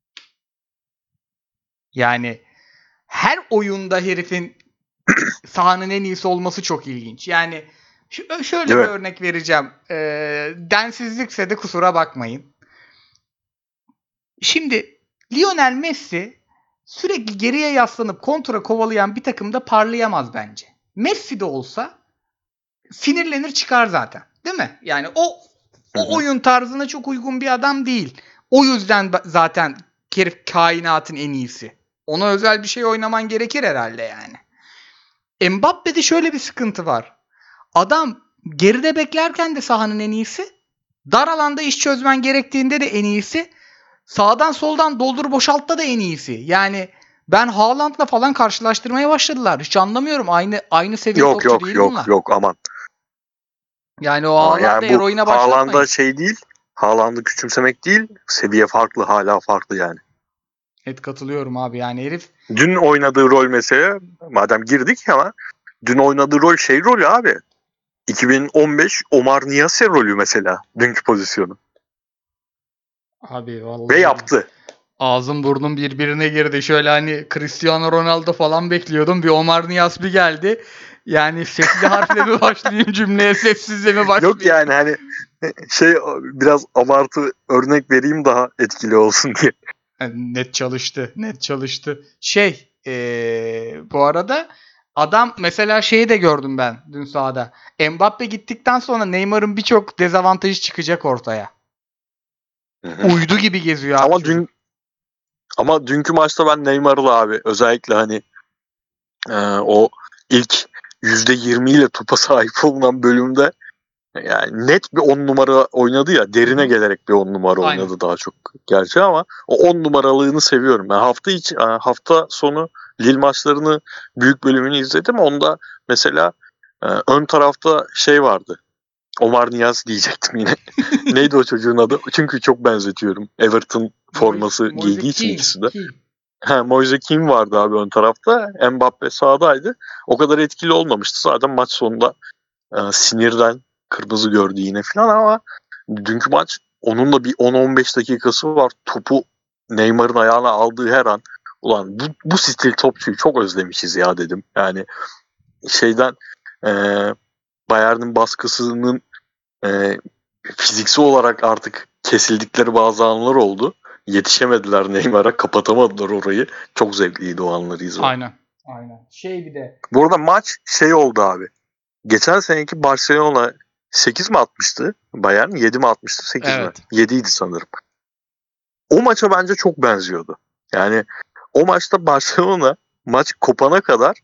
Yani her oyunda herifin sahanın en iyisi olması çok ilginç. Yani şu, şöyle Değil bir mi? örnek vereceğim. Ee, densizlikse de kusura bakmayın. Şimdi Lionel Messi sürekli geriye yaslanıp kontra kovalayan bir takımda parlayamaz bence. Messi de olsa sinirlenir çıkar zaten. Değil mi? Yani o o oyun tarzına çok uygun bir adam değil. O yüzden zaten herif kainatın en iyisi. Ona özel bir şey oynaman gerekir herhalde yani. Mbappe'de şöyle bir sıkıntı var. Adam geride beklerken de sahanın en iyisi. Dar alanda iş çözmen gerektiğinde de en iyisi. Sağdan soldan doldur boşaltta da en iyisi. Yani ben Haaland'la falan karşılaştırmaya başladılar. Hiç anlamıyorum. Aynı aynı seviye Yok topçu yok değil yok bunlar. yok aman. Yani o Aa, Haaland'la yani bu eroine başlatmayın. Haaland'a şey değil. Haaland'ı küçümsemek değil. Seviye farklı, hala farklı yani. Evet, katılıyorum abi. Yani herif Dün oynadığı rol mesela, madem girdik ama, dün oynadığı rol şey rolü abi. iki bin on beş Omar Niasse rolü mesela. Dünkü pozisyonu. abi vallahi Ve yaptı. ağzım burnum birbirine girdi. Şöyle hani Cristiano Ronaldo falan bekliyordum. Bir Omar Niyaz bir geldi. Yani sesli harfle mi başlayayım cümleye, sessizle mi başlayayım? Yok yani hani şey biraz abartı örnek vereyim daha etkili olsun diye. Yani net çalıştı. Net çalıştı. Şey ee, bu arada adam mesela şeyi de gördüm ben dün sahada. Mbappe gittikten sonra Neymar'ın birçok dezavantajı çıkacak ortaya. Uydu gibi geziyor abi Ama çocuk. dün ama dünkü maçta ben Neymar'la abi özellikle hani e, o ilk yüzde yirmi ile topa sahip olunan bölümde yani net bir on numara oynadı ya, derine gelerek bir on numara Aynen. oynadı daha çok gerçi, ama o on numaralığını seviyorum. Ben hafta içi hafta sonu Lille maçlarını büyük bölümünü izledim. Onda mesela e, ön tarafta şey vardı. Omar Niyaz diyecektim yine. Neydi o çocuğun adı? Çünkü çok benzetiyorum. Everton forması Moise giydiği için Kean. ikisi de. Kean. Ha, Moise Kean vardı abi ön tarafta. Mbappe sağdaydı. O kadar etkili olmamıştı. Zaten maç sonunda e, sinirden kırmızı gördü yine falan, ama dünkü maç onun da bir on on beş dakikası var. Topu Neymar'ın ayağına aldığı her an ulan bu, bu stil topçuyu çok özlemişiz ya dedim. Yani şeyden e, Bayern'in baskısının e, fiziksel olarak artık kesildikleri bazı anlar oldu. Yetişemediler Neymar'a, kapatamadılar orayı. Çok zevkliydi o anları izlemek. Aynen. Aynen. Şey bir de. Bu arada maç şey oldu abi. Geçen seneki Barcelona sekiz mi atmıştı? Bayern yedi mi atmıştı? sekiz Evet. mi? yedi idi sanırım. O maça bence çok benziyordu. Yani o maçta Barcelona maç kopana kadar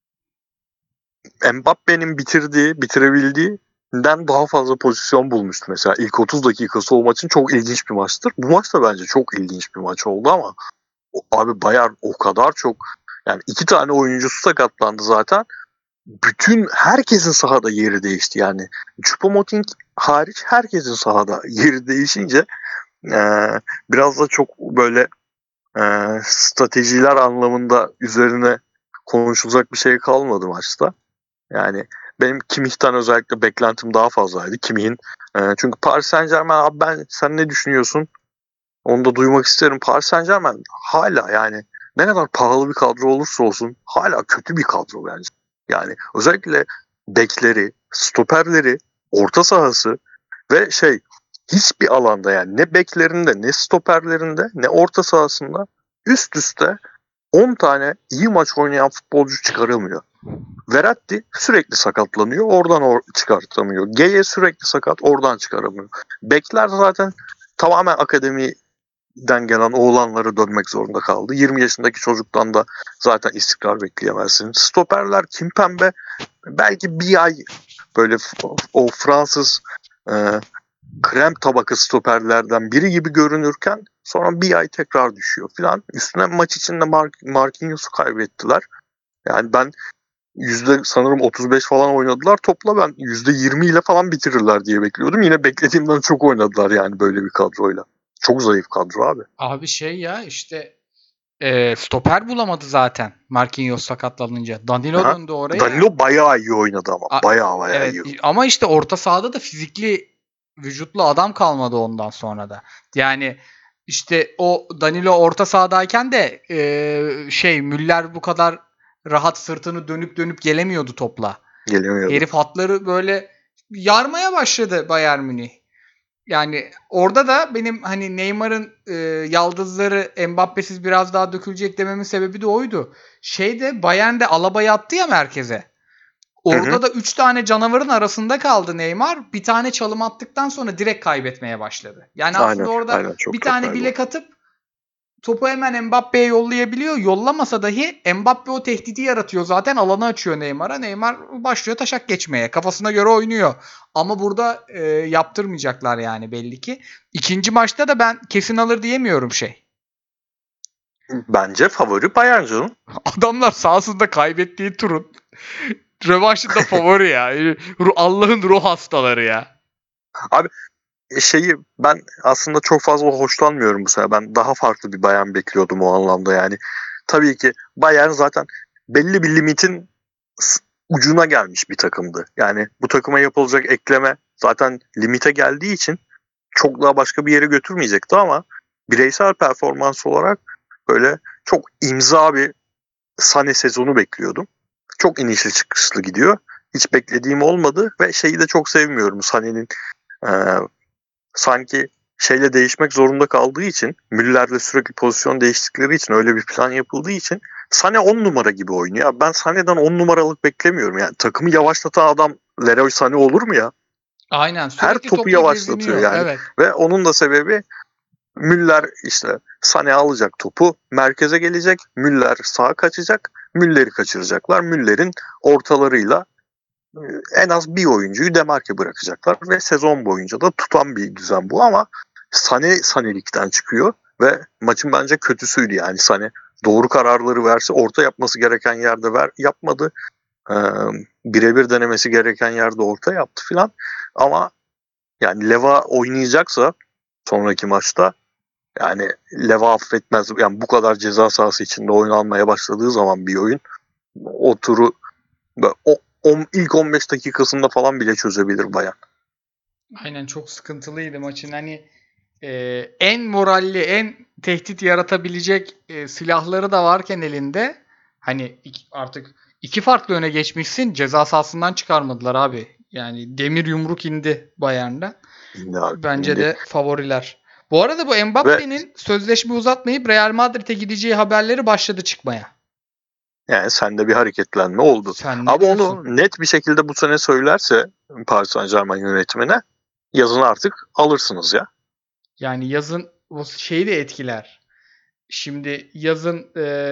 Mbappe'nin bitirdiği, bitirebildiğinden daha fazla pozisyon bulmuştu mesela. İlk otuz dakikası o maçın çok ilginç bir maçtır. Bu maç da bence çok ilginç bir maç oldu, ama abi Bayern o kadar çok, yani iki tane oyuncusu sakatlandı zaten. Bütün herkesin sahada yeri değişti yani. Choupo-Moting hariç herkesin sahada yeri değişince e, biraz da çok böyle e, stratejiler anlamında üzerine konuşulacak bir şey kalmadı maçta. Yani benim Kimmich'ten özellikle beklentim daha fazlaydı. Kimmich'in e, çünkü Paris Saint-Germain, abi ben sen ne düşünüyorsun? Onu da duymak isterim. Paris Saint-Germain hala yani ne kadar pahalı bir kadro olursa olsun hala kötü bir kadro bence. Yani özellikle bekleri, stoperleri, orta sahası ve şey hiçbir alanda, yani ne beklerinde, ne stoperlerinde, ne orta sahasında üst üste on tane iyi maç oynayan futbolcu çıkaramıyor. Verratti sürekli sakatlanıyor, oradan or- çıkartamıyor. Geye sürekli sakat, oradan çıkaramıyor. Bekler zaten tamamen akademiden gelen oğlanlara dönmek zorunda kaldı. yirmi yaşındaki çocuktan da zaten istikrar bekleyemezsin. Stoperler Kimpembe belki bir ay böyle o Fransız e, krem tabakası stoperlerden biri gibi görünürken sonra bir ay tekrar düşüyor falan. Üstüne maç içinde Mark, Marquinhos'u kaybettiler. Yani ben yüzde sanırım otuz beş falan oynadılar topla, ben yüzde yirmi ile falan bitirirler diye bekliyordum. Yine beklediğimden çok oynadılar yani böyle bir kadroyla. Çok zayıf kadro abi. Abi şey ya işte e, stoper bulamadı zaten Marquinhos sakatlanınca. Danilo Aha. döndü oraya. Danilo bayağı iyi oynadı ama. A- Bayağı bayağı evet iyi. ama işte orta sahada da fizikli vücutlu adam kalmadı ondan sonra da. Yani işte o Danilo orta sahadayken de e, şey Müller bu kadar rahat sırtını dönüp dönüp gelemiyordu topla. Gelemiyordu. Herif hatları böyle yarmaya başladı Bayern Münih. Yani orada da benim hani Neymar'ın e, yaldızları Mbappe'siz biraz daha dökülecek dememin sebebi de oydu. Şeyde Bayern'de Alaba'yı attı ya merkeze. Orada Hı hı. da üç tane canavarın arasında kaldı Neymar. Bir tane çalım attıktan sonra direkt kaybetmeye başladı. Yani Aynen, aslında orada aynen, çok bir çok tane galiba. bilek atıp topu hemen Mbappe'ye yollayabiliyor. Yollamasa dahi Mbappe o tehdidi yaratıyor. Zaten alanı açıyor Neymar'a. Neymar başlıyor taşak geçmeye. Kafasına göre oynuyor. Ama burada e, yaptırmayacaklar yani belli ki. İkinci maçta da ben kesin alır diyemiyorum şey. Bence favori Bayern canım. Adamlar sahasında kaybettiği turun rövanşında favori ya. Allah'ın ruh hastaları ya. Abi şeyi ben aslında çok fazla hoşlanmıyorum bu sefer. Ben daha farklı bir Bayern bekliyordum o anlamda yani. Tabii ki Bayern zaten belli bir limitin ucuna gelmiş bir takımdı. Yani bu takıma yapılacak ekleme zaten limite geldiği için çok daha başka bir yere götürmeyecekti, ama bireysel performans olarak böyle çok imza bir Sané sezonu bekliyordum. Çok inişli çıkışlı gidiyor. Hiç beklediğim olmadı ve şeyi de çok sevmiyorum. Sané'nin e, sanki şeyle değişmek zorunda kaldığı için, Müller'le sürekli pozisyon değiştikleri için, öyle bir plan yapıldığı için Sané on numara gibi oynuyor. Ben Sané'den on numaralık beklemiyorum. Yani takımı yavaşlatan adam Leroy Sané olur mu ya? Aynen, Her sürekli topu topla yavaşlatıyor geziniyor. yani. Evet. Ve onun da sebebi Müller işte Sané alacak topu, merkeze gelecek, Müller sağa kaçacak, Müller'i kaçıracaklar. Müller'in ortalarıyla en az bir oyuncuyu demarke bırakacaklar ve sezon boyunca da tutan bir düzen bu ama Sané Sané'likten çıkıyor ve maçın bence kötüsüydü yani Sané doğru kararları verse orta yapması gereken yerde ver yapmadı. Ee, birebir denemesi gereken yerde orta yaptı filan ama yani Leva oynayacaksa sonraki maçta yani Leva affetmez. Yani bu kadar ceza sahası içinde oynanmaya başladığı zaman bir oyun o turu o on, ilk on beş dakikasında falan bile çözebilir Bayern. Aynen, çok sıkıntılıydı maçın. Hani e, en moralli, en tehdit yaratabilecek e, silahları da varken elinde, hani iki, artık iki farklı öne geçmişsin, ceza sahasından çıkarmadılar abi. Yani demir yumruk indi Bayern'den. Şimdi abi, Bence şimdi. de favoriler. Bu arada bu Mbappe'nin Ve sözleşme uzatmayıp Real Madrid'e gideceği haberleri başladı çıkmaya. yani sende bir hareketlenme oldu. Sen ne Ama diyorsun? onu net bir şekilde bu sene söylerse Paris Saint-Germain yönetimine yazın artık alırsınız ya. Yani yazın o şeyi de etkiler. Şimdi yazın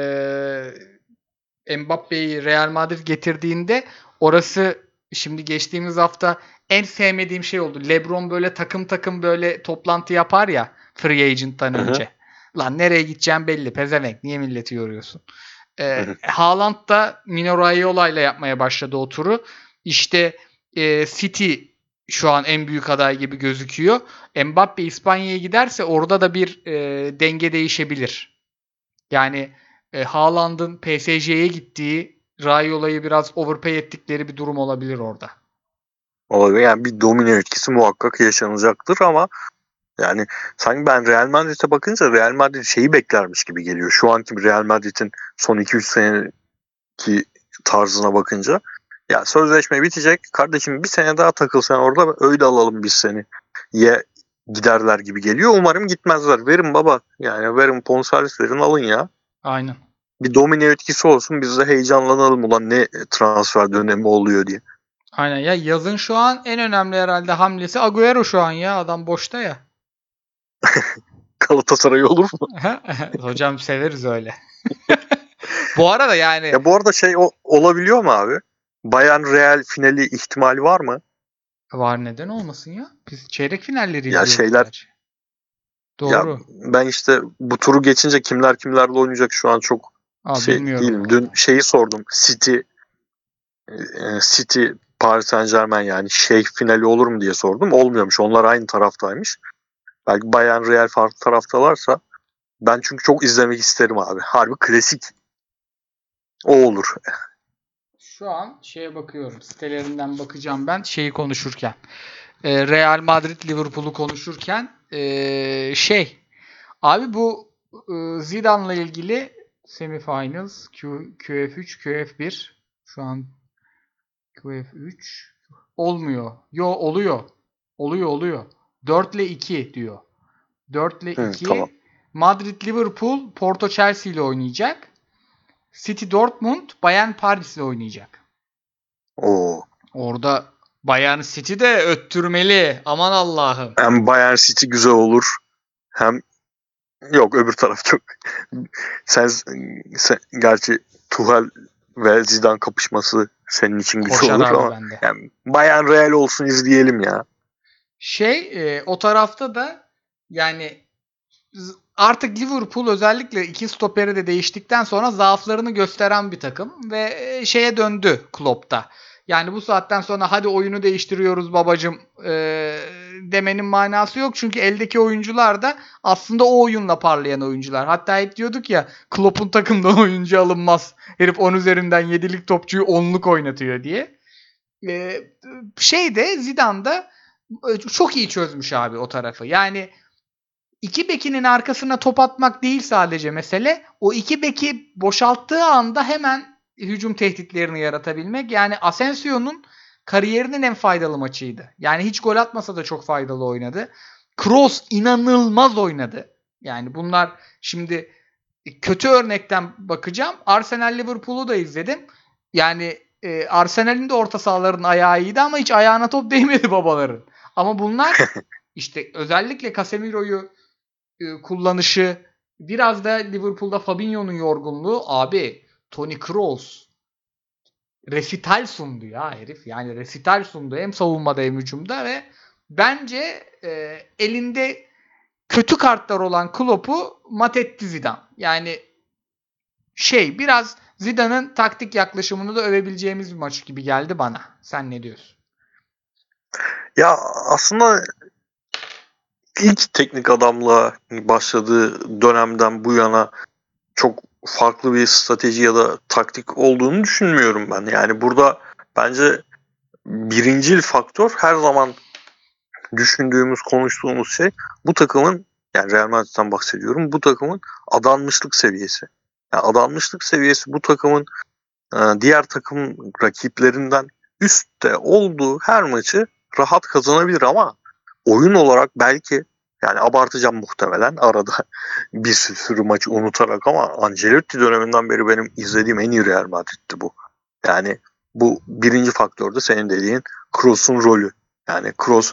eee Mbappe'yi Real Madrid getirdiğinde orası, şimdi geçtiğimiz hafta en sevmediğim şey oldu. LeBron böyle takım takım böyle toplantı yapar ya free agent'tan Hı hı. önce. Lan nereye gideceğim belli pezevenk, niye milleti yoruyorsun? Ee, Hı hı. Haaland da Mino Raiola'yla yapmaya başladı o turu. İşte e, City şu an en büyük aday gibi gözüküyor. Mbappe İspanya'ya giderse orada da bir e, denge değişebilir. Yani e, Haaland'ın P S G'ye gittiği, Raiola'yı biraz overpay ettikleri bir durum olabilir orada. Olabilir. Yani bir domino etkisi muhakkak yaşanacaktır ama yani sanki ben Real Madrid'e bakınca Real Madrid şeyi beklermiş gibi geliyor. Şu anki Real Madrid'in son iki üç seneki tarzına bakınca ya sözleşme bitecek. Kardeşim bir sene daha takıl sen orada öyle alalım biz seni. Ye giderler gibi geliyor. Umarım gitmezler. Verin baba. Yani verin bonservis verin alın ya. Aynen. Bir domino etkisi olsun. Biz de heyecanlanalım ulan ne transfer dönemi oluyor diye. Aynen ya, yazın şu an en önemli herhalde hamlesi Agüero şu an ya. Adam boşta ya. Galatasaray olur mu? Hocam severiz öyle. Bu arada yani Ya bu arada şey o, olabiliyor mu abi? Bayern Real finali ihtimali var mı? var, neden olmasın ya? Biz çeyrek finalleri Ya izliyoruz şeyler gerçi. ya Doğru. ben işte bu turu geçince kimler kimlerle oynayacak şu an çok Aa, şey bilmiyorum değilim. Dün vallahi. şeyi sordum. City e, City Paris Saint-Germain yani şey finali olur mu diye sordum. Olmuyormuş. Onlar aynı taraftaymış. Belki Bayern Real farklı taraftalarsa ben çünkü çok izlemek isterim abi. Harbi klasik. O olur. Şu an şeye bakıyorum. Sitelerinden bakacağım ben şeyi konuşurken. Ee, Real Madrid Liverpool'u konuşurken ee, şey abi bu ee, Zidane'la ilgili semifinals Q, QF3 QF1 şu an Q F üç olmuyor. Yo, oluyor. Oluyor oluyor. dört ile iki diyor. dört ile Hı, tamam. iki. Madrid Liverpool Porto Chelsea ile oynayacak. City Dortmund Bayern Paris ile oynayacak. Oo. Orada Bayern City de öttürmeli. Aman Allah'ım. Hem Bayern City güzel olur. Hem yok öbür taraf çok. sen, sen gerçi Tuchel ve Zidane kapışması senin için güzel Koşar olur abi ama bende. yani Bayern Real olsun izleyelim ya. Şey e, o tarafta da yani artık Liverpool özellikle iki stoperi de değiştikten sonra zaaflarını gösteren bir takım ve e, şeye döndü Klopp'ta. Yani bu saatten sonra hadi oyunu değiştiriyoruz babacım e, demenin manası yok. Çünkü eldeki oyuncular da aslında o oyunla parlayan oyuncular. Hatta hep diyorduk ya Klopp'un takımda oyuncu alınmaz. Herif on üzerinden yedilik topçuyu onluk oynatıyor diye. E, şey de Zidane da çok iyi çözmüş abi o tarafı. Yani İki bekinin arkasına top atmak değil sadece mesele. O iki beki boşalttığı anda hemen hücum tehditlerini yaratabilmek. Yani Asensio'nun kariyerinin en faydalı maçıydı. Yani hiç gol atmasa da çok faydalı oynadı. Kroos inanılmaz oynadı. Yani bunlar şimdi kötü örnekten bakacağım. Arsenal Liverpool'u da izledim. Yani e, Arsenal'in de orta sahaların ayağı iyiydi ama hiç ayağına top değmedi babaların. Ama bunlar işte özellikle Casemiro'yu e, kullanışı, biraz da Liverpool'da Fabinho'nun yorgunluğu. Abi Toni Kroos resital sundu ya herif. Yani resital sundu hem savunmada hem hücumda ve bence e, elinde kötü kartlar olan Klopp'u mat etti Zidane. Yani şey biraz Zidane'ın taktik yaklaşımını da övebileceğimiz bir maç gibi geldi bana. Sen ne diyorsun? Ya aslında ilk teknik adamla başladığı dönemden bu yana çok farklı bir strateji ya da taktik olduğunu düşünmüyorum ben. Yani burada bence birincil faktör her zaman düşündüğümüz, konuştuğumuz şey bu takımın, yani Real Madrid'den bahsediyorum, bu takımın adanmışlık seviyesi. Yani adanmışlık seviyesi bu takımın diğer takım rakiplerinden üstte olduğu her maçı rahat kazanabilir ama oyun olarak belki, yani abartacağım muhtemelen arada bir sürü maçı unutarak, ama Ancelotti döneminden beri benim izlediğim en iyi Real Madrid'ti bu. Yani bu birinci faktör de senin dediğin Kroos'un rolü. Yani Kroos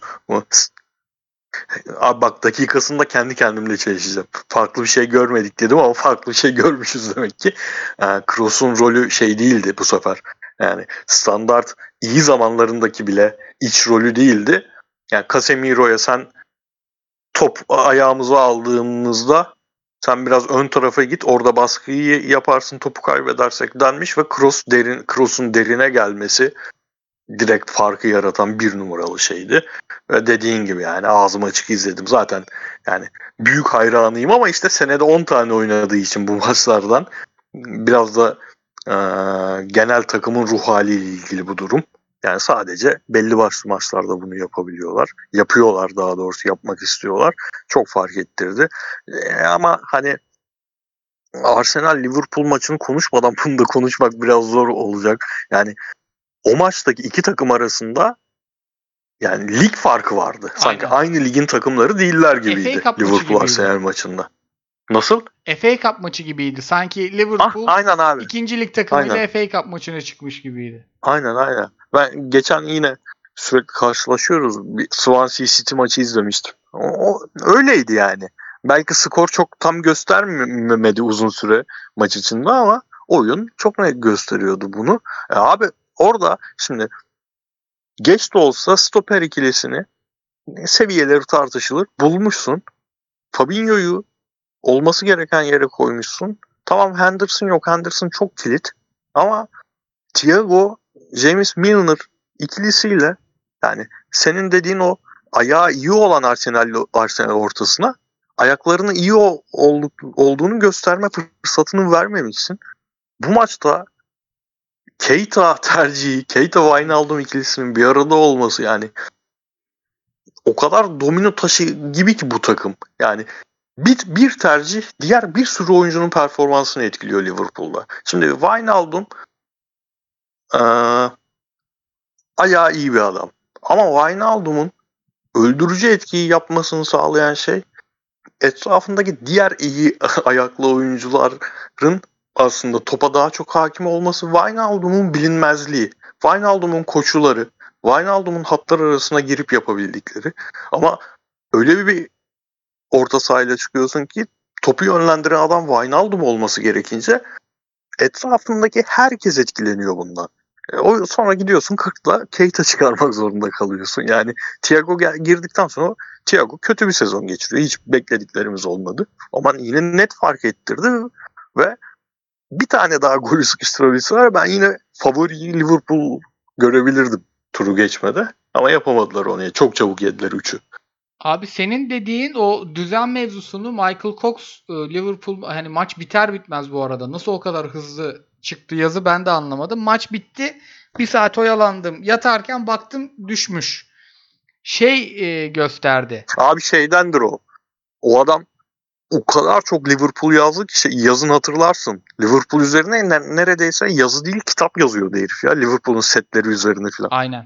abi bak, dakikasında kendi kendimle çelişeceğim. Farklı bir şey görmedik dedim ama farklı bir şey görmüşüz demek ki. Yani Kroos'un rolü şey değildi bu sefer. Yani standart iyi zamanlarındaki bile iç rolü değildi. Yani Casemiro'ya sen top ayağımıza aldığımızda sen biraz ön tarafa git, orada baskıyı yaparsın, topu kaybedersek denmiş ve Kroos derin, Kroos'un derine gelmesi direkt farkı yaratan bir numaralı şeydi. Ve dediğin gibi yani ağzım açık izledim. Zaten yani büyük hayranıyım ama işte senede on tane oynadığı için bu maçlardan biraz da e, genel takımın ruh haliyle ilgili bu durum. Yani sadece belli başlı maçlarda bunu yapabiliyorlar. Yapıyorlar, daha doğrusu yapmak istiyorlar. Çok fark ettirdi. E, ama hani Arsenal Liverpool maçını konuşmadan bunu da konuşmak biraz zor olacak. Yani o maçtaki iki takım arasında yani lig farkı vardı. Sanki Aynen. aynı ligin takımları değiller gibiydi F A Cup maçı Liverpool gibiydi. Arsenal maçında. Nasıl? F A Cup maçı gibiydi. Sanki Ah, Liverpool aynen abi. ikinci lig takımıyla Aynen. F A Cup maçına çıkmış gibiydi. Aynen aynen. Ben geçen yine sürekli karşılaşıyoruz. Bir Swansea City maçı izlemiştim. O, o öyleydi yani. Belki skor çok tam göstermemedi uzun süre maç içinde ama oyun çok net gösteriyordu bunu. E abi orada şimdi geç de olsa stoper ikilisini, seviyeleri tartışılır, bulmuşsun. Fabinho'yu olması gereken yere koymuşsun. Tamam, Henderson yok. Henderson çok kilit. Ama Thiago, James Milner ikilisiyle, yani senin dediğin o ayağı iyi olan Arsenal, Arsenal ortasına ayaklarının iyi olduk, olduğunu gösterme fırsatını vermemişsin. Bu maçta Keita tercihi, Keita Wijnaldum ikilisinin bir arada olması, yani o kadar domino taşı gibi ki bu takım. Yani bir, bir tercih diğer bir sürü oyuncunun performansını etkiliyor Liverpool'da. Şimdi Wijnaldum ee, ayağı iyi bir adam. Ama Wijnaldum'un öldürücü etkiyi yapmasını sağlayan şey etrafındaki diğer iyi ayaklı oyuncuların aslında topa daha çok hakim olması, Wijnaldum'un bilinmezliği, Wijnaldum'un koşuları, Wijnaldum'un hatlar arasına girip yapabildikleri. Ama öyle bir orta sahayla çıkıyorsun ki topu yönlendiren adam Wijnaldum olması gerekince etrafındaki herkes etkileniyor bundan. E, o sonra gidiyorsun kırkla Keita çıkarmak zorunda kalıyorsun. Yani Thiago gel- girdikten sonra Thiago kötü bir sezon geçiriyor. Hiç beklediklerimiz olmadı. Ama yine net fark ettirdi ve bir tane daha golü sıkıştırabilseler ben yine favori Liverpool görebilirdim turu geçmede. Ama yapamadılar onu. Çok çabuk yediler üçü. Abi senin dediğin o düzen mevzusunu Michael Cox Liverpool, hani maç biter bitmez bu arada nasıl o kadar hızlı çıktı yazı ben de anlamadım. Maç bitti. Bir saat oyalandım. Yatarken baktım düşmüş. Şey e, gösterdi. Abi şeydendir o. O adam o kadar çok Liverpool yazdı ki şey, yazın hatırlarsın. Liverpool üzerine neredeyse yazı değil kitap yazıyordu herif ya. Liverpool'un setleri üzerine falan. Aynen.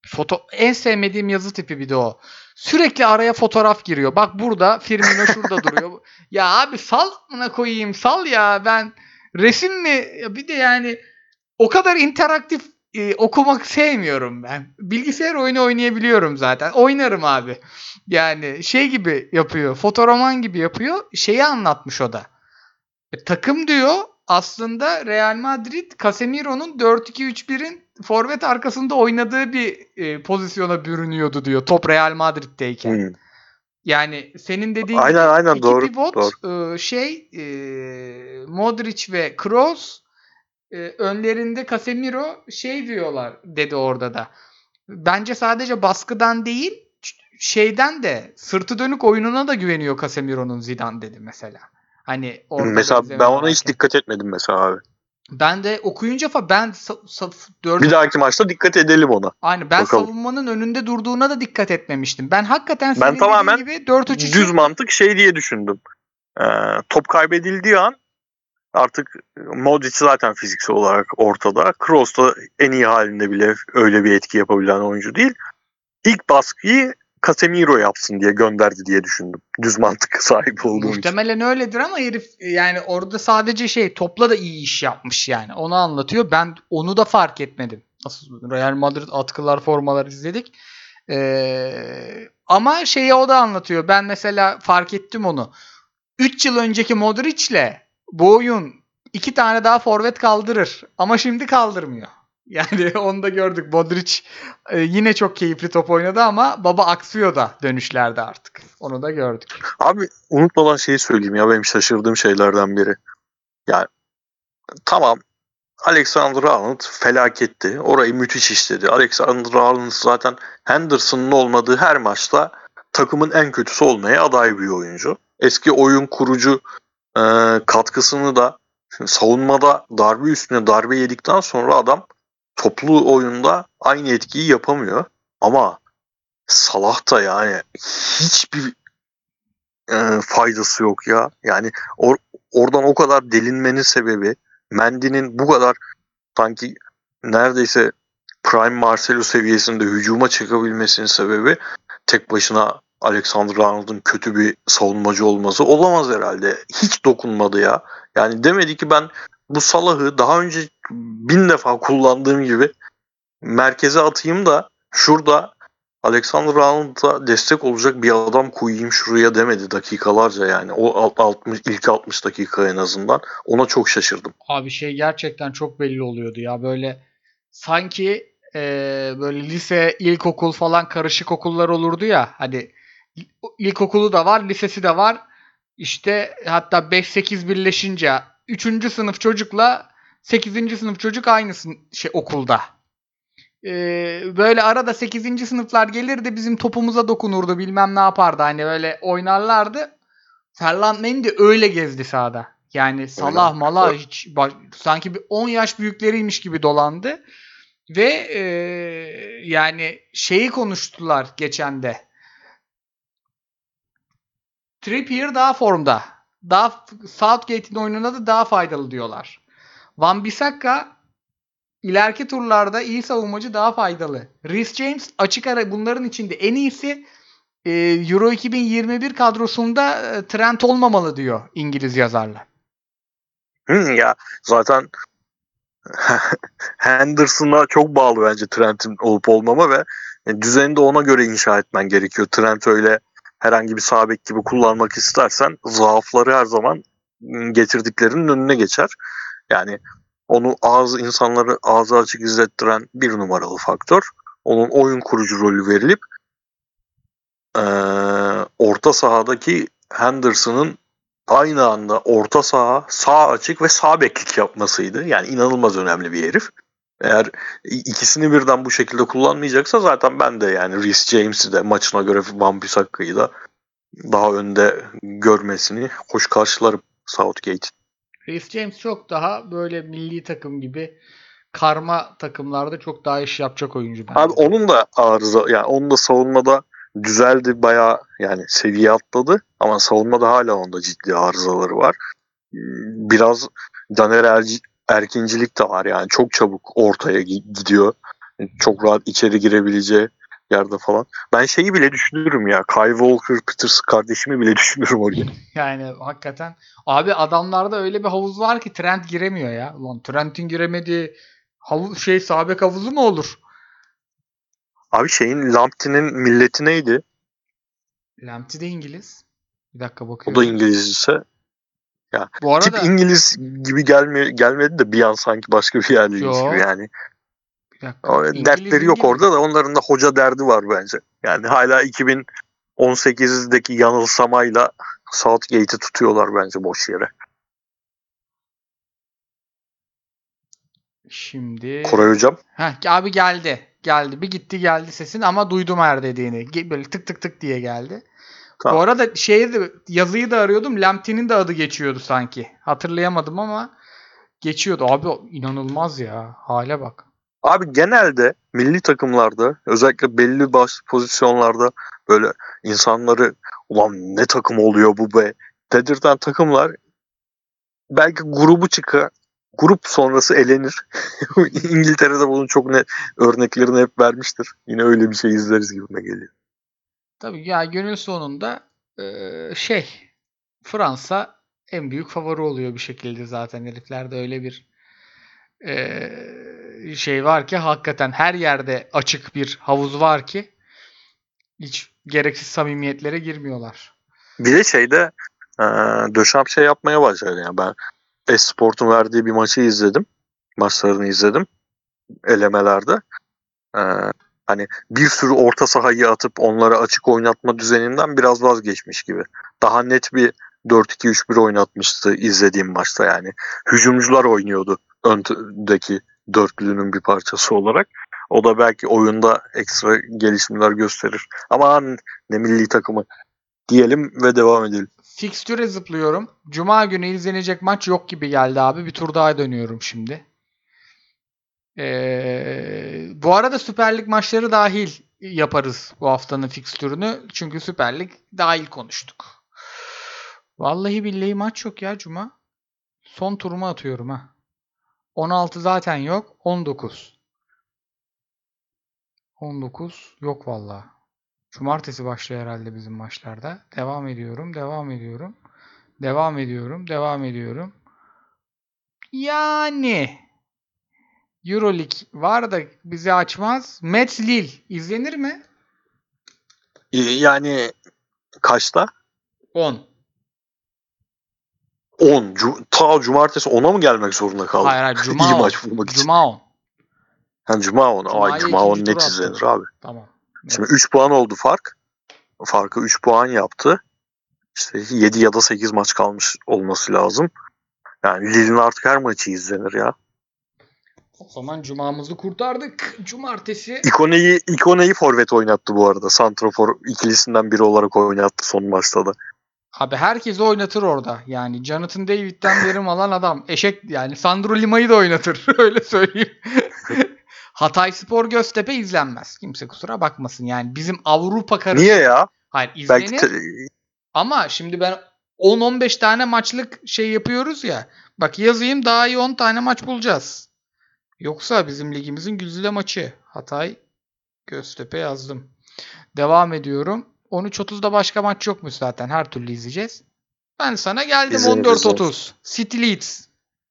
Foto en sevmediğim yazı tipi bir de o. Sürekli araya fotoğraf giriyor. Bak burada Firmino şurada duruyor. Ya abi sal mına koyayım sal ya ben resim mi ya bir de yani o kadar interaktif e, okumak sevmiyorum ben. Bilgisayar oyunu oynayabiliyorum zaten. Oynarım abi. Yani şey gibi yapıyor. Fotoroman gibi yapıyor. Şeyi anlatmış o da. E, takım diyor aslında Real Madrid Casemiro'nun dört iki üç birin forvet arkasında oynadığı bir e, pozisyona bürünüyordu diyor. Top Real Madrid'deyken. Hmm. Yani senin dediğin Aynen gibi aynen iki doğru. pivot doğru. e, şey e, Modric ve Kroos e, önlerinde Casemiro şey diyorlar dedi orada da. Bence sadece baskıdan değil şeyden de sırtı dönük oyununa da güveniyor Casemiro'nun Zidane dedi mesela. Hani orada Mesela ben benzeme ona hiç varken. dikkat etmedim mesela abi. Ben de okuyunca falan ben sa- sa- dört Bir dahaki maçta dikkat edelim ona. aynı ben Bakalım. savunmanın önünde durduğuna da dikkat etmemiştim. Ben hakikaten Ben senin dediğin tamamen gibi dört üç düz üçün mantık şey diye düşündüm. Ee, top kaybedildiği an artık Modric zaten fiziksel olarak ortada. Kroos da en iyi halinde bile öyle bir etki yapabilen oyuncu değil. İlk baskıyı Casemiro yapsın diye gönderdi diye düşündüm. Düz mantık sahibi olduğum için. muhtemelen öyledir ama herif yani orada sadece şey topla da iyi iş yapmış yani. Onu anlatıyor. Ben onu da fark etmedim. Nasıl Real Madrid atkılar formalar izledik. Ee, ama şeyi o da anlatıyor. Ben mesela fark ettim onu. üç yıl önceki Modric'le bu oyun iki tane daha forvet kaldırır. Ama şimdi kaldırmıyor. Yani onu da gördük. Modric e, yine çok keyifli top oynadı ama baba aksıyor da dönüşlerde artık. Onu da gördük. Abi unutmadan şeyi söyleyeyim ya benim şaşırdığım şeylerden biri. Yani tamam Alexander-Arnold felaketti. Orayı müthiş işledi. Alexander-Arnold zaten Henderson'ın olmadığı her maçta takımın en kötüsü olmaya aday bir oyuncu. Eski oyun kurucu e, katkısını da savunmada darbe üstüne darbe yedikten sonra adam toplu oyunda aynı etkiyi yapamıyor. Ama Salah da yani hiçbir e, faydası yok ya. Yani or, oradan o kadar delinmenin sebebi Mendy'nin bu kadar sanki neredeyse Prime Marcelo seviyesinde hücuma çıkabilmesinin sebebi tek başına Alexander-Arnold'un kötü bir savunmacı olması olamaz herhalde. Hiç dokunmadı ya. Yani demedi ki ben bu Salah'ı daha önce bin defa kullandığım gibi merkeze atayım da şurada Alexander-Arnold'a destek olacak bir adam koyayım şuraya demedi dakikalarca yani. O altmış, ilk altmış dakika en azından. Ona çok şaşırdım. Abi şey gerçekten çok belli oluyordu ya böyle sanki e, böyle lise, ilkokul falan karışık okullar olurdu ya hani ilkokulu da var, lisesi de var. İşte hatta beş sekiz birleşince üçüncü sınıf çocukla sekizinci sınıf çocuk aynı şey okulda. Ee, böyle arada sekizinci sınıflar gelirdi bizim topumuza dokunurdu bilmem ne yapardı hani böyle oynarlardı. Ferland Mendy öyle gezdi sahada. Yani Salah Malah hiç sanki bir on yaş büyükleriymiş gibi dolandı. Ve e, yani şeyi konuştular geçen de. Trippier daha formda. Daha Southgate'in oyununa da daha faydalı diyorlar. Wan-Bissaka ileriki turlarda iyi savunmacı daha faydalı. Reece James açık ara bunların içinde en iyisi. E, Euro iki bin yirmi bir kadrosunda e, Trent olmamalı diyor İngiliz yazarlar. Hı, ya zaten Henderson'a çok bağlı bence Trent'in olup olmama ve düzeni de ona göre inşa etmen gerekiyor. Trent öyle herhangi bir sağ bek gibi kullanmak istersen zaafları her zaman getirdiklerinin önüne geçer. Yani onu ağzı insanları ağzı açık izlettiren bir numaralı faktör. Onun oyun kurucu rolü verilip ee, orta sahadaki Henderson'ın aynı anda orta saha, sağ açık ve sağ beklik yapmasıydı. Yani inanılmaz önemli bir herif. Eğer ikisini birden bu şekilde kullanmayacaksa zaten ben de yani Reece James'i de maçına göre Wan-Bissaka'yı da daha önde görmesini hoş karşılarım Southgate. Reece James çok daha böyle milli takım gibi karma takımlarda çok daha iş yapacak oyuncu bence. Abi onun da arıza yani onun da savunmada düzeldi bayağı yani seviye atladı ama savunmada hala onda ciddi arızaları var. Biraz Caner Erci, Erkincilik de var yani çok çabuk ortaya gidiyor. Çok rahat içeri girebileceği yerde falan. Ben şeyi bile düşünürüm ya. Kyle Walker Peters kardeşimi bile düşünürüm oraya. Yani hakikaten. Abi adamlarda öyle bir havuz var ki Trent giremiyor ya. Ulan Trent'in giremediği havuz, şey sağ bek havuzu mu olur? Abi şeyin Lamptey'nin milleti neydi? Lamptey de İngiliz. Bir dakika O da bakıyorum. İngiliz ise. Ya Bu tip arada İngiliz gibi gelme, gelmedi de bir an sanki başka bir yerliymiş gibi yok. yani. Bir dakika. O İngiliz dertleri yok İngiliz. orada da onların da hoca derdi var bence. Yani hala iki bin on sekizdeki yanılsamayla Southgate'i tutuyorlar bence boş yere. Şimdi Koray hocam. Heh, abi geldi. Geldi. Bir gitti geldi sesin ama duydum her dediğini. Ge- Böyle tık tık tık diye geldi. Bu Tamam. arada şeyi de, yazıyı da arıyordum. Lamptey'nin de adı geçiyordu sanki. Hatırlayamadım ama geçiyordu. Abi inanılmaz ya. Hale bak. Abi genelde milli takımlarda özellikle belli baş pozisyonlarda böyle insanları ulan ne takım oluyor bu be dedirten takımlar belki grubu çıkar. Grup sonrası elenir. İngiltere'de bunun çok net örneklerini hep vermiştir. Yine öyle bir şey izleriz gibime geliyor. Tabii ya gönül sonunda eee, şey Fransa en büyük favori oluyor bir şekilde zaten. Heriflerde öyle bir eee, şey var ki hakikaten her yerde açık bir havuz var ki hiç gereksiz samimiyetlere girmiyorlar. Bir de şeyde e, Döşamp şey yapmaya başladı. Yani ben Esport'un verdiği bir maçı izledim. Maçlarını izledim elemelerde. E, Hani bir sürü orta sahayı atıp onları açık oynatma düzeninden biraz vazgeçmiş gibi. Daha net bir dört iki üç bir oynatmıştı izlediğim maçta yani. Hücumcular oynuyordu öndeki dörtlünün bir parçası olarak. O da belki oyunda ekstra gelişimler gösterir. Ama ne milli takımı diyelim ve devam edelim. Fikstüre zıplıyorum. Cuma günü izlenecek maç yok gibi geldi abi. Bir tur daha dönüyorum şimdi. Ee, bu arada Süper Lig maçları dahil yaparız bu haftanın fikstürünü. Çünkü Süper Lig dahil konuştuk. Vallahi billahi maç yok ya Cuma. Son turumu atıyorum ha. on altı zaten yok. on dokuz. on dokuz yok vallahi. Cumartesi başlıyor herhalde bizim maçlarda. Devam ediyorum, devam ediyorum. Devam ediyorum, devam ediyorum. Yani Euroleague var da bizi açmaz. Metz Lille izlenir mi? Yani kaçta? on. on. Cu- ta cumartesi ona mı gelmek zorunda kaldı? Hayır hayır İyi Cuma on. maç bulmak için. Cuma on. Yani Cuma on. Ay Cuma'yı Cuma on ikinci net tura izlenir attım. abi. Tamam. Şimdi üç puan oldu fark. Farkı üç puan yaptı. İşte yedi ya da sekiz maç kalmış olması lazım. Yani Lille'in artık her maçı izlenir ya. O zaman Cuma'mızı kurtardık. Cumartesi. İkone'yi İkone'yi forvet oynattı bu arada. Santrafor ikilisinden biri olarak oynattı son maçta da. Abi herkesi oynatır orada. Yani Jonathan David'den verim alan adam. Eşek yani Sandro Lima'yı da oynatır. Öyle söyleyeyim. Hatayspor Göztepe izlenmez. Kimse kusura bakmasın. Yani bizim Avrupa karışık. Niye ya? Hayır Belki izlenir. te- Ama şimdi ben on on beş tane maçlık şey yapıyoruz ya. Bak yazayım daha iyi on tane maç bulacağız. Yoksa bizim ligimizin güzide maçı. Hatay Göztepe yazdım. Devam ediyorum. on üç otuzda başka maç yokmuş zaten. Her türlü izleyeceğiz. Ben sana geldim izlenir, on dört izlenir. otuz. City Leeds.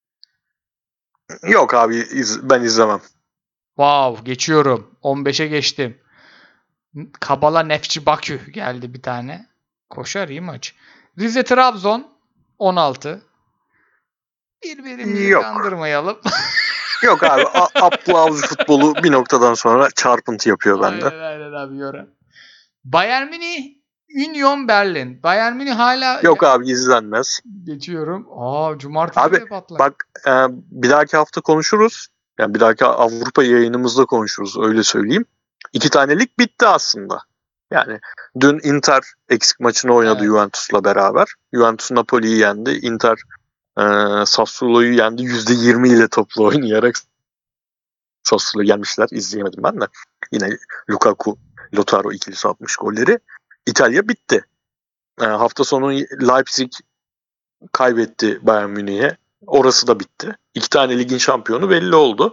Yok abi iz- ben izlemem. Wow geçiyorum. on beşe geçtim. Kabala Nefçi Bakü geldi bir tane. Koşar iyi maç. Rize Trabzon on altı. Birbirimizi Yok. kandırmayalım. Yok abi a- aplı avcı futbolu bir noktadan sonra çarpıntı yapıyor bende. Aynen aynen abi yorum. Bayern Münih Union Berlin. Bayern Münih hala Yok abi izlenmez. geçiyorum. Aa cumartesi Abi de patlak. bak e, bir dahaki hafta konuşuruz. Yani bir dahaki Avrupa yayınımızda konuşuruz öyle söyleyeyim. İki tanelik bitti aslında. Yani dün Inter eksik maçını oynadı Evet. Juventus'la beraber. Juventus Napoli'yi yendi. Inter e, Sassuolo'yu yendi. yüzde yirmi ile toplu oynayarak Sassuolo'yu yenmişler. İzleyemedim ben de. Yine Lukaku, Lautaro ikilisi atmış golleri. İtalya bitti. E, hafta sonu Leipzig kaybetti Bayern Münih'e. Orası da bitti. İki tane ligin şampiyonu belli oldu.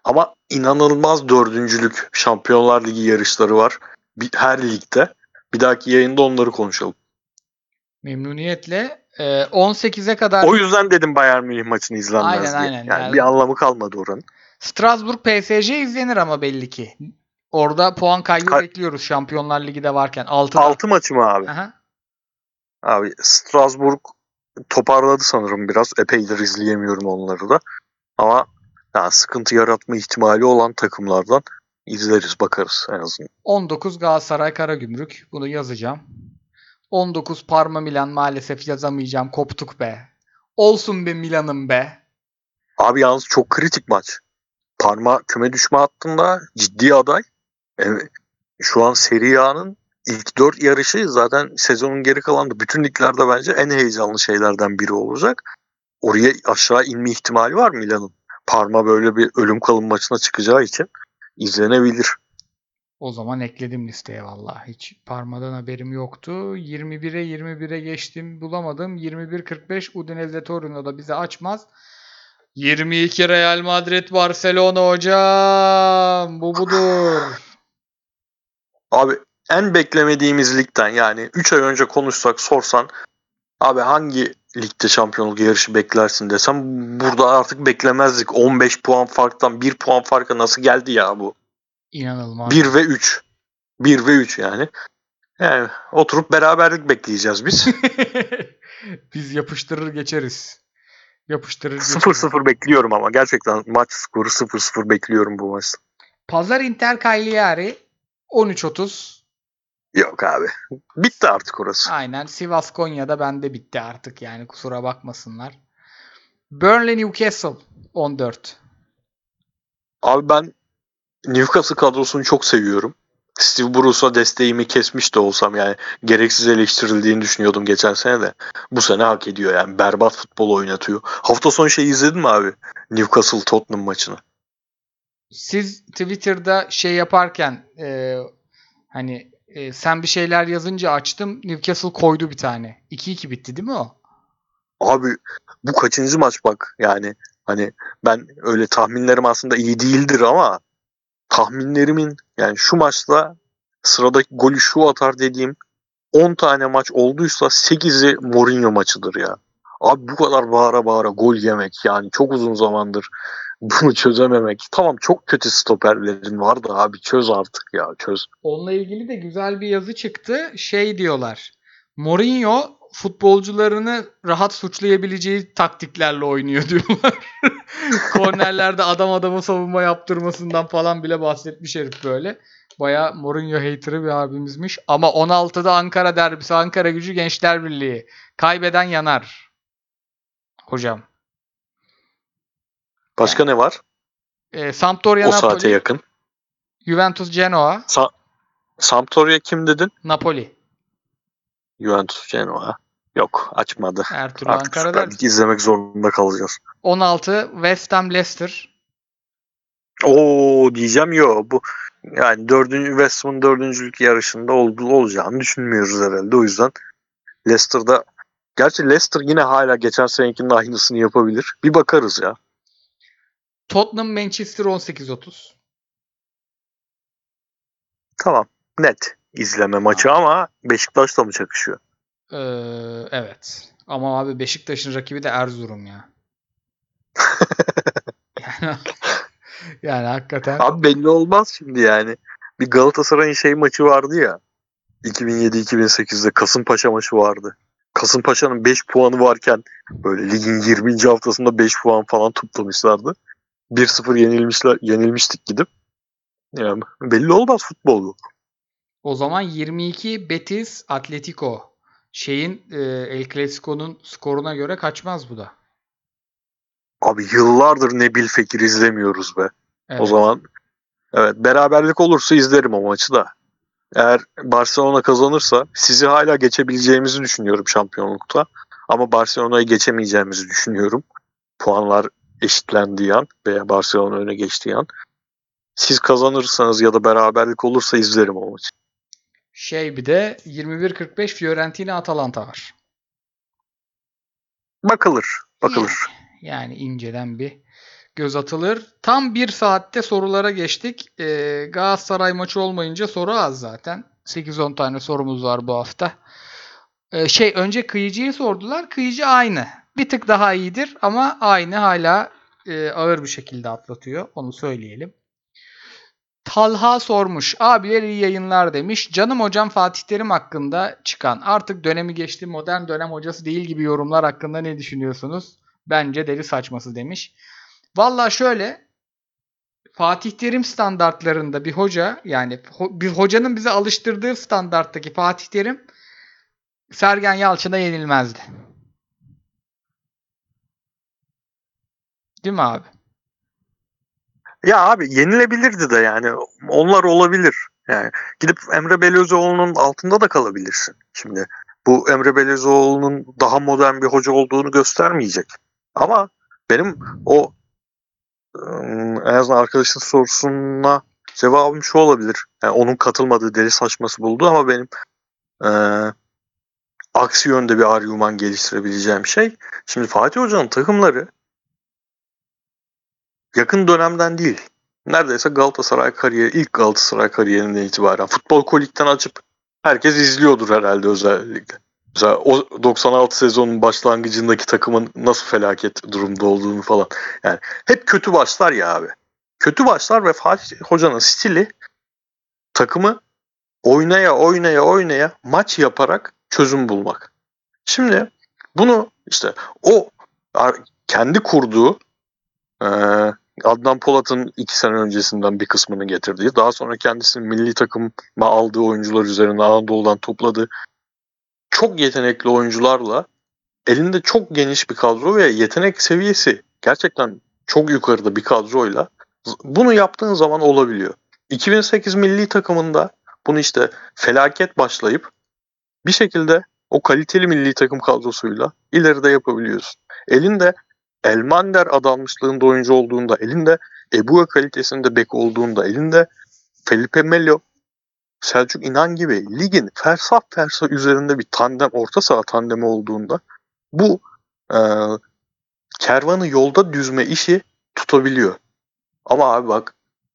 Ama inanılmaz dördüncülük Şampiyonlar Ligi yarışları var. Bir, her ligde. Bir dahaki yayında onları konuşalım. Memnuniyetle. Ee, on sekize kadar. O yüzden dedim Bayern Münih maçını izlenmez Aynen, diye. aynen. Yani, Yani bir anlamı kalmadı oranın. Strasbourg P S G izlenir ama belli ki. Orada puan kaybı Ka- bekliyoruz Şampiyonlar Ligi'de varken. altıda. Altı maçı mı abi? Aha. Abi Strasbourg toparladı sanırım biraz. Epeydir izleyemiyorum onları da. Ama yani sıkıntı yaratma ihtimali olan takımlardan izleriz, bakarız en azından. on dokuz Galatasaray Karagümrük. Bunu yazacağım. on dokuz Parma Milan maalesef yazamayacağım. Koptuk be. Olsun be Milan'ım be. Abi yalnız çok kritik maç. Parma küme düşme hattında ciddi aday. Evet. Şu an Serie A'nın ilk dört yarışı zaten sezonun geri kalanında bütün liglerde bence en heyecanlı şeylerden biri olacak. Oraya aşağı inme ihtimali var Milan'ın. Parma böyle bir ölüm kalım maçına çıkacağı için izlenebilir. O zaman ekledim listeye vallahi. Hiç Parma'dan haberim yoktu. yirmi bire yirmi bire geçtim. Bulamadım. yirmi bir kırk beş Udinese Torino da bize açmaz. yirmi iki Real Madrid Barcelona hocam. Bu budur. Abi en beklemediğimiz ligden, yani üç ay önce konuşsak sorsan abi hangi ligde şampiyonluk yarışı beklersin desem burada artık beklemezdik. on beş puan farktan bir puan farka nasıl geldi ya bu? İnanılmaz. bir ve üç. bir ve üç yani. Yani oturup beraberlik bekleyeceğiz biz. Biz yapıştırır geçeriz. Yapıştırır sıfır geçeriz. sıfır bekliyorum ama gerçekten maç skoru sıfır sıfır bekliyorum bu maçta. Pazar Inter Cagliari on üç otuz. Yok abi. Bitti artık orası. Aynen. Sivas Konya'da bende bitti artık yani kusura bakmasınlar. Burnley Newcastle on dört. Abi ben Newcastle kadrosunu çok seviyorum. Steve Bruce'a desteğimi kesmiş de olsam, yani gereksiz eleştirildiğini düşünüyordum geçen sene de. Bu sene hak ediyor yani. Berbat futbol oynatıyor. Hafta sonu şey izledin mi abi? Newcastle Tottenham maçını. Siz Twitter'da şey yaparken e, hani e, sen bir şeyler yazınca açtım. Newcastle koydu bir tane. iki iki bitti değil mi o? Abi bu kaçıncı maç bak yani, hani ben öyle tahminlerim aslında iyi değildir ama tahminlerimin yani şu maçta sıradaki golü şu atar dediğim on tane maç olduysa sekizi Mourinho maçıdır ya. Abi bu kadar bağıra bağıra gol yemek, yani çok uzun zamandır bunu çözememek. Tamam çok kötü stoperlerin var da abi çöz artık ya, çöz. Onunla ilgili de güzel bir yazı çıktı. Şey diyorlar. Mourinho futbolcularını rahat suçlayabileceği taktiklerle oynuyor diyorlar. Kornerlerde adam adamı savunma yaptırmasından falan bile bahsetmiş herif böyle. Baya Mourinho haterı bir abimizmiş. Ama on altıda Ankara derbisi, Ankara Gücü Gençler Birliği. Kaybeden yanar. Hocam. Başka ne var E, Sampdoria o saate Napoli, yakın? Juventus Genoa, Sa- Sampdoria kim dedin? Napoli. Juventus Genoa. Yok, açmadı. Her türlü Artık Ankara Süper derbisi. Lig izlemek zorunda kalacağız. on altı West Ham Leicester. Oo diyeceğim, yo bu yani dördüncü West Ham'ın dördüncülük yarışında ol, olacağını düşünmüyoruz herhalde. O yüzden Leicester'da, gerçi Leicester yine hala geçen senekinin aynısını yapabilir. Bir bakarız ya. Tottenham Manchester on sekiz otuz. Tamam, net izleme maçı ama Beşiktaş'la mı çakışıyor? Ee, evet. Ama abi Beşiktaş'ın rakibi de Erzurum ya. yani, yani hakikaten. Abi belli olmaz şimdi yani. Bir Galatasaray'ın şey maçı vardı ya. iki bin yedi iki bin sekizde Kasımpaşa maçı vardı. Kasımpaşa'nın beş puanı varken böyle ligin yirminci haftasında beş puan falan toplamışlardı. bir sıfır yenilmişler, yenilmiştik gidip. Yani belli olmaz futbol bu. O zaman yirmi iki Betis Atletico. Şeyin e, El Clasico'nun skoruna göre kaçmaz bu da. Abi yıllardır Nebil Fekir izlemiyoruz be. Evet. O zaman evet, beraberlik olursa izlerim o maçı da. Eğer Barcelona kazanırsa sizi hala geçebileceğimizi düşünüyorum şampiyonlukta. Ama Barcelona'yı geçemeyeceğimizi düşünüyorum. Puanlar eşitlendiği an veya Barcelona öne geçtiği an. Siz kazanırsanız ya da beraberlik olursa izlerim o maçı. Şey bir de yirmi bir kırk beş Fiorentina Atalanta var. Bakılır. Bakılır. Yani, yani inceden bir göz atılır. Tam bir saatte sorulara geçtik. Ee, Galatasaray maçı olmayınca soru az zaten. sekiz on tane sorumuz var bu hafta. Ee, şey önce Kıyıcı'yı sordular. Kıyıcı aynı. Bir tık daha iyidir ama aynı hala e, ağır bir şekilde atlatıyor. Onu söyleyelim. Talha sormuş. Abiler iyi yayınlar demiş. Canım hocam Fatih Terim hakkında çıkan artık dönemi geçti modern dönem hocası değil gibi yorumlar hakkında ne düşünüyorsunuz? Bence deli saçması demiş. Valla şöyle Fatih Terim standartlarında bir hoca yani bir hocanın bize alıştırdığı standarttaki Fatih Terim Sergen Yalçın'a yenilmezdi. Değil mi abi? Ya abi yenilebilirdi de yani onlar olabilir. Yani gidip Emre Belözoğlu'nun altında da kalabilirsin. Şimdi bu Emre Belözoğlu'nun daha modern bir hoca olduğunu göstermeyecek. Ama benim o ım, en azından arkadaşın sorusuna cevabım şu olabilir. Yani onun katılmadığı deli saçması buldu ama benim e, aksi yönde bir argüman geliştirebileceğim şey. Şimdi Fatih Hoca'nın takımları yakın dönemden değil. Neredeyse Galatasaray kariyeri, ilk Galatasaray kariyerinden itibaren Futbol Kolik'ten açıp herkes izliyordur herhalde özellikle. Mesela o doksan altı sezonun başlangıcındaki takımın nasıl felaket durumda olduğunu falan. Yani hep kötü başlar ya abi. Kötü başlar ve Fatih Hoca'nın stili takımı oynaya oynaya oynaya maç yaparak çözüm bulmak. Şimdi bunu işte o kendi kurduğu ee, Adnan Polat'ın iki sene öncesinden bir kısmını getirdiği, daha sonra kendisinin milli takıma aldığı oyuncular üzerine Anadolu'dan topladığı çok yetenekli oyuncularla elinde çok geniş bir kadro ve yetenek seviyesi gerçekten çok yukarıda bir kadroyla bunu yaptığın zaman olabiliyor. iki bin sekiz milli takımında bunu işte felaket başlayıp bir şekilde o kaliteli milli takım kadrosuyla ileride yapabiliyorsun. Elinde Elmander adanmışlığında oyuncu olduğunda, elinde Ebuya kalitesinde bek olduğunda, elinde Felipe Melo, Selçuk İnan gibi ligin fersah fersah üzerinde bir tandem, orta saha tandemi olduğunda bu e, kervanı yolda düzme işi tutabiliyor. Ama abi bak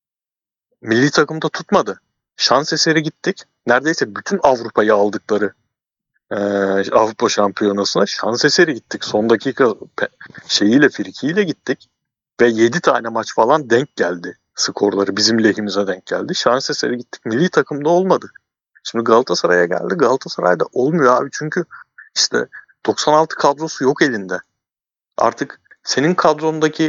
milli takımda tutmadı. Şans eseri gittik. Neredeyse bütün Avrupa'yı aldıkları e, Avrupa Şampiyonası'na şans eseri gittik. Son dakika pe- şeyiyle frikiyle gittik. Ve yedi tane maç falan denk geldi. Skorları bizim lehimize denk geldi. Şans eseri gittik. Milli takımda olmadı. Şimdi Galatasaray'a geldi. Galatasaray'da olmuyor abi. Çünkü işte doksan altı kadrosu yok elinde. Artık senin kadrondaki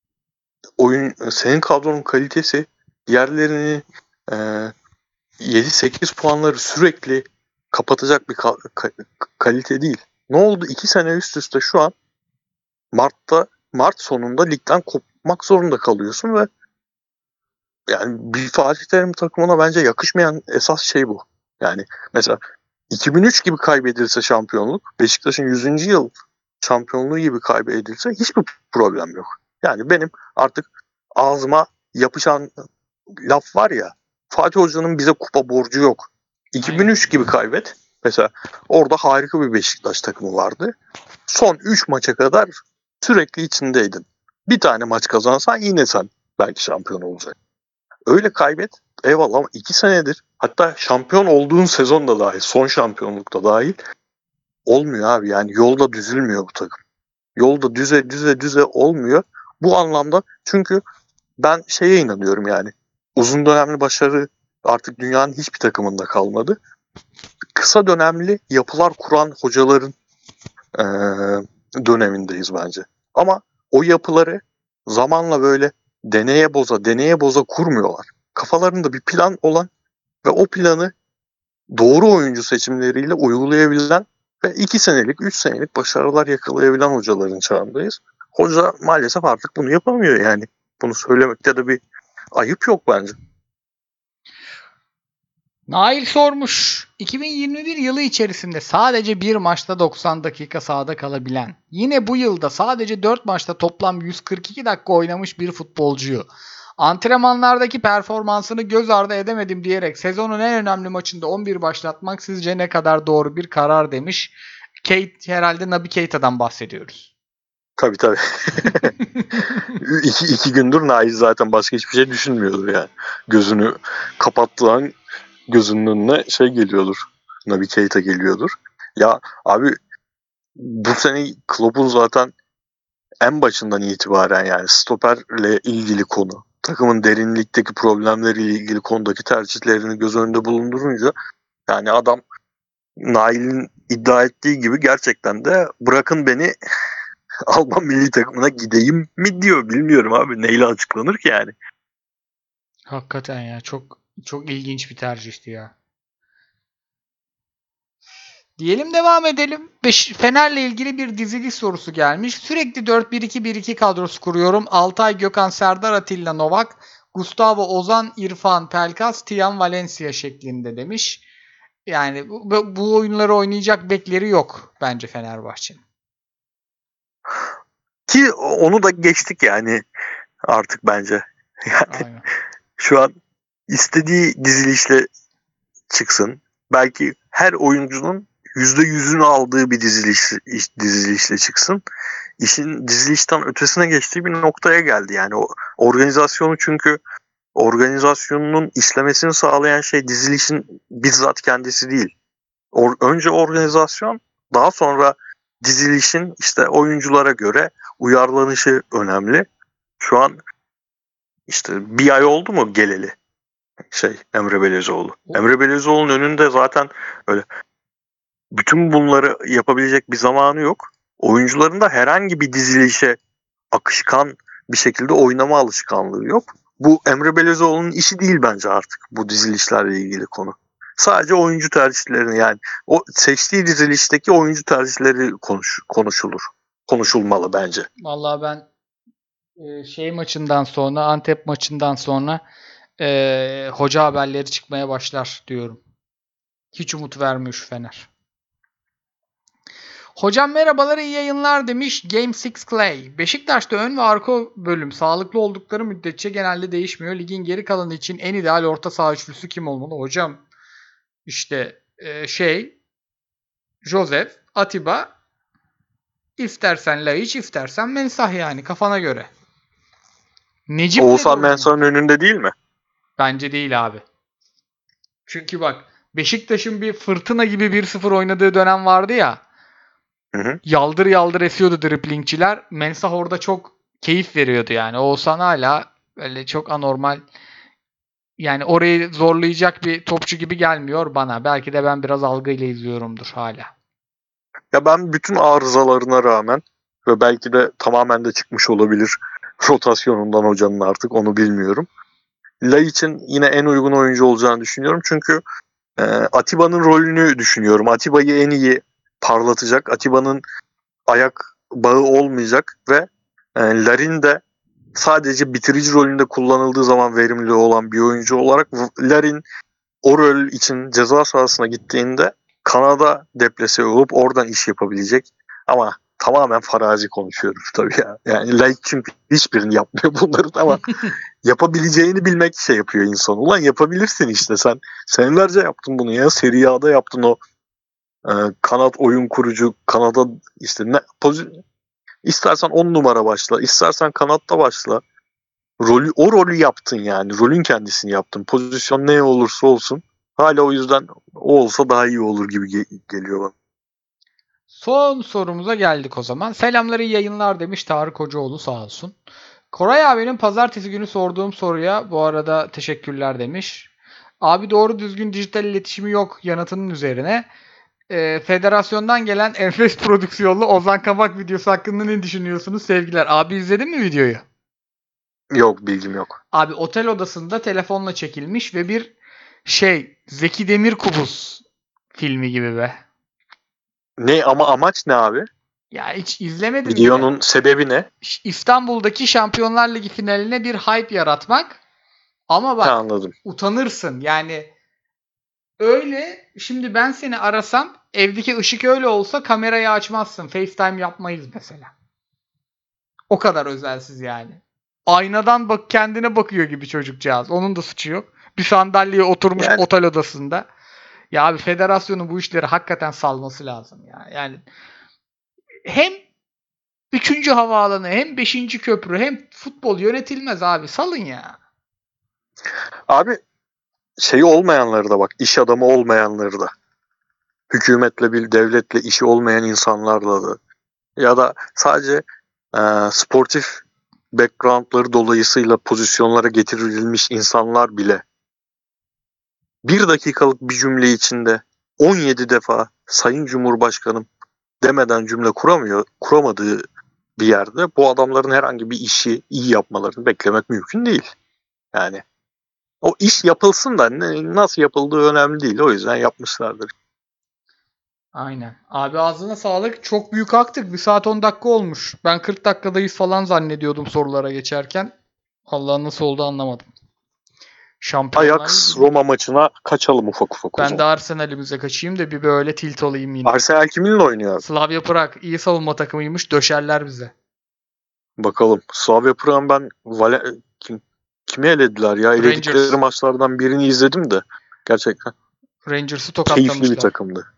oyun, senin kadronun kalitesi diğerlerini e, yedi sekiz puanları sürekli kapatacak bir ka- ka- kalite değil. Ne oldu? iki sene üst üste şu an Mart'ta Mart sonunda ligden kopmak zorunda kalıyorsun ve yani bir Fatih Terim takımına bence yakışmayan esas şey bu. Yani mesela iki bin üç gibi kaybedilse şampiyonluk, Beşiktaş'ın yüzüncü yıl şampiyonluğu gibi kaybedilse hiçbir problem yok. Yani benim artık ağzıma yapışan laf var ya, Fatih Hoca'nın bize kupa borcu yok. iki bin üç gibi kaybet. Mesela orada harika bir Beşiktaş takımı vardı. Son üç maça kadar sürekli içindeydin. Bir tane maç kazansan yine sen belki şampiyon olacaksın. Öyle kaybet. Eyvallah ama iki senedir hatta şampiyon olduğun sezon da dahil, son şampiyonlukta dahil olmuyor abi. Yani yolda düzülmüyor bu takım. Yolda düze düze düze olmuyor. Bu anlamda çünkü ben şeye inanıyorum yani. Uzun dönemli başarı artık dünyanın hiçbir takımında kalmadı. Kısa dönemli yapılar kuran hocaların ee, dönemindeyiz bence. Ama o yapıları zamanla böyle deneye boza, deneye boza kurmuyorlar. Kafalarında bir plan olan ve o planı doğru oyuncu seçimleriyle uygulayabilen ve iki senelik, üç senelik başarılar yakalayabilen hocaların çağındayız. Hoca maalesef artık bunu yapamıyor yani. Bunu söylemekte de bir ayıp yok bence. Nail sormuş. iki bin yirmi bir yılı içerisinde sadece bir maçta doksan dakika sahada kalabilen, yine bu yılda sadece dört maçta toplam yüz kırk iki dakika oynamış bir futbolcuyu antrenmanlardaki performansını göz ardı edemedim diyerek sezonun en önemli maçında on bir başlatmak sizce ne kadar doğru bir karar demiş. Kate, herhalde Naby Keita'dan bahsediyoruz. Tabii tabii. iki, iki gündür Nail zaten başka hiçbir şey düşünmüyordur yani. Gözünü kapattığı an gözünün önüne şey geliyordur. Naby Keita geliyordur. Ya abi bu sene Klopp'un zaten en başından itibaren yani stoperle ilgili konu, takımın derinlikteki problemleriyle ilgili konudaki tercihlerini göz önünde bulundurunca yani adam Nail'in iddia ettiği gibi gerçekten de bırakın beni Alman milli takımına gideyim mi diyor. Bilmiyorum abi neyle açıklanır ki yani. Hakikaten ya çok çok ilginç bir tercihti ya. Diyelim devam edelim. Beş, Fener'le ilgili bir diziliş sorusu gelmiş. Sürekli dört bir iki bir iki kadrosu kuruyorum. Altay, Gökhan, Serdar, Atilla, Novak, Gustavo, Ozan, İrfan, Pelkas, Tiam, Valencia şeklinde demiş. Yani bu, bu oyunları oynayacak bekleri yok bence Fenerbahçe'nin. Ki onu da geçtik yani artık bence. Yani Aynen. şu an istediği dizilişle çıksın. Belki her oyuncunun yüzde yüzünü aldığı bir diziliş, dizilişle çıksın. İşin dizilişten ötesine geçtiği bir noktaya geldi. Yani o organizasyonu çünkü organizasyonunun işlemesini sağlayan şey dizilişin bizzat kendisi değil. Or, önce organizasyon, daha sonra dizilişin işte oyunculara göre uyarlanışı önemli. Şu an işte bir ay oldu mu geleli şey Emre Belezoğlu. Emre Belezoğlu'nun önünde zaten öyle bütün bunları yapabilecek bir zamanı yok. Oyuncuların da herhangi bir dizilişe akışkan bir şekilde oynama alışkanlığı yok. Bu Emre Belezoğlu'nun işi değil bence artık bu dizilişlerle ilgili konu. Sadece oyuncu tercihlerini yani o seçtiği dizilişteki oyuncu tercihleri konuş, konuşulur. Konuşulmalı bence. Vallahi ben e, şey maçından sonra, Antep maçından sonra e, hoca haberleri çıkmaya başlar diyorum. Hiç umut vermiyor şu Fener. Hocam merhabalar, iyi yayınlar demiş Game altı Clay. Beşiktaş'ta ön ve arka bölüm sağlıklı oldukları müddetçe genelde değişmiyor. Ligin geri kalanı için en ideal orta saha üçlüsü kim olmalı? Hocam işte e, şey Joseph, Atiba, istersen Laiç, istersen Mensah yani kafana göre. Necip de Oğuzhan doğru. Mensah'ın önünde değil mi? Bence değil abi. Çünkü bak Beşiktaş'ın bir fırtına gibi bir sıfır oynadığı dönem vardı ya. Hı hı. Yaldır yaldır esiyordu driplingçiler. Mensah orada çok keyif veriyordu yani. Oğuzhan hala öyle çok anormal, yani orayı zorlayacak bir topçu gibi gelmiyor bana. Belki de ben biraz algıyla izliyorumdur hala. Ya ben bütün arızalarına rağmen ve belki de tamamen de çıkmış olabilir rotasyonundan hocanın artık onu bilmiyorum. Laiç'in yine en uygun oyuncu olacağını düşünüyorum. Çünkü e, Atiba'nın rolünü düşünüyorum. Atiba'yı en iyi parlatacak. Atiba'nın ayak bağı olmayacak ve e, Larin de sadece bitirici rolünde kullanıldığı zaman verimli olan bir oyuncu olarak Larin o rol için ceza sahasına gittiğinde kanada deplase olup oradan iş yapabilecek. Ama tamamen farazi konuşuyorum tabii ya. Yani Laik çünkü hiçbirini yapmıyor bunların ama yapabileceğini bilmek şey yapıyor insan. Ulan yapabilirsin işte sen. Senelerce yaptın bunu ya. Serie A'da yaptın o e, kanat oyun kurucu, kanada işte ne pozi- istersen on numara başla, istersen kanatta başla. Rolü, o rolü yaptın yani. Rolün kendisini yaptın. Pozisyon ne olursa olsun. Hala o yüzden o olsa daha iyi olur gibi ge- geliyor bana. Son sorumuza geldik o zaman. Selamları, iyi yayınlar demiş Tarık Hocaoğlu, sağ olsun. Koray abinin pazartesi günü sorduğum soruya bu arada teşekkürler demiş. Abi doğru düzgün dijital iletişimi yok yanıtının üzerine. E, federasyondan gelen enfes prodüksiyonlu Ozan Kabak videosu hakkında ne düşünüyorsunuz? Sevgiler. Abi izledin mi videoyu? Yok bilgim yok. Abi otel odasında telefonla çekilmiş ve bir şey Zeki Demirkubuz filmi gibi be. Ne ama amaç ne abi? Ya hiç izlemedim bile. Videonun sebebi ne? İstanbul'daki Şampiyonlar Ligi finaline bir hype yaratmak. Ama Ha, bak anladım. utanırsın. Yani öyle şimdi ben seni arasam evdeki ışık öyle olsa kamerayı açmazsın. FaceTime yapmayız mesela. O kadar özelsiz yani. Aynadan bak kendine bakıyor gibi çocukcağız. Onun da suçu yok. Bir sandalyeye oturmuş Yani otel odasında. Ya abi federasyonun bu işleri hakikaten salması lazım ya. Yani hem üçüncü havaalanı hem beşinci köprü hem futbol yönetilmez abi. Salın ya. Abi şeyi olmayanları da bak, iş adamı olmayanları da, hükümetle bir devletle işi olmayan insanlarla da, ya da sadece e, sportif backgroundları dolayısıyla pozisyonlara getirilmiş insanlar bile bir dakikalık bir cümle içinde on yedi defa Sayın Cumhurbaşkanım demeden cümle kuramıyor, kuramadığı bir yerde bu adamların herhangi bir işi iyi yapmalarını beklemek mümkün değil. Yani o iş yapılsın da ne, nasıl yapıldığı önemli değil. O yüzden yapmışlardır. Aynen. Abi ağzına sağlık. Çok büyük aktık. Bir saat on dakika olmuş. Ben kırk dakikadayız falan zannediyordum sorulara geçerken. Allah nasıl oldu anlamadım. Şampiyonlar Ajax Ligi. Roma maçına kaçalım ufak ufak o Ben de zaman. Arsenal'imize kaçayım da bir böyle tilt olayım yine. Arsenal kiminle oynuyor abi? Slavia Prag iyi savunma takımıymış. Döşerler bize. Bakalım. Slavia Prag'ın ben Vale... Kim, kimi elediler ya? Eledikleri Rangers. maçlardan birini izledim de. Gerçekten Rangers'ı keyifli bir tokatlamışlar. takımdı.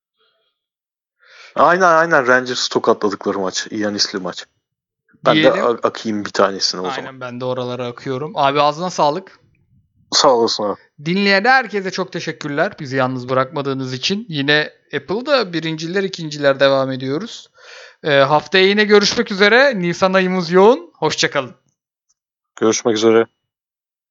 Aynen aynen Rangers'ı tokatladıkları maç. Iyanisli maç. Ben de Diyelim. a- akayım bir tanesine o zaman. Aynen ben de oralara akıyorum. Abi ağzına sağlık. Sağ olasın abi. Dinleyen herkese çok teşekkürler. Bizi yalnız bırakmadığınız için. Yine Apple'da birinciler ikinciler devam ediyoruz. Ee, haftaya yine görüşmek üzere. Nisan ayımız yoğun. Hoşçakalın. Görüşmek üzere.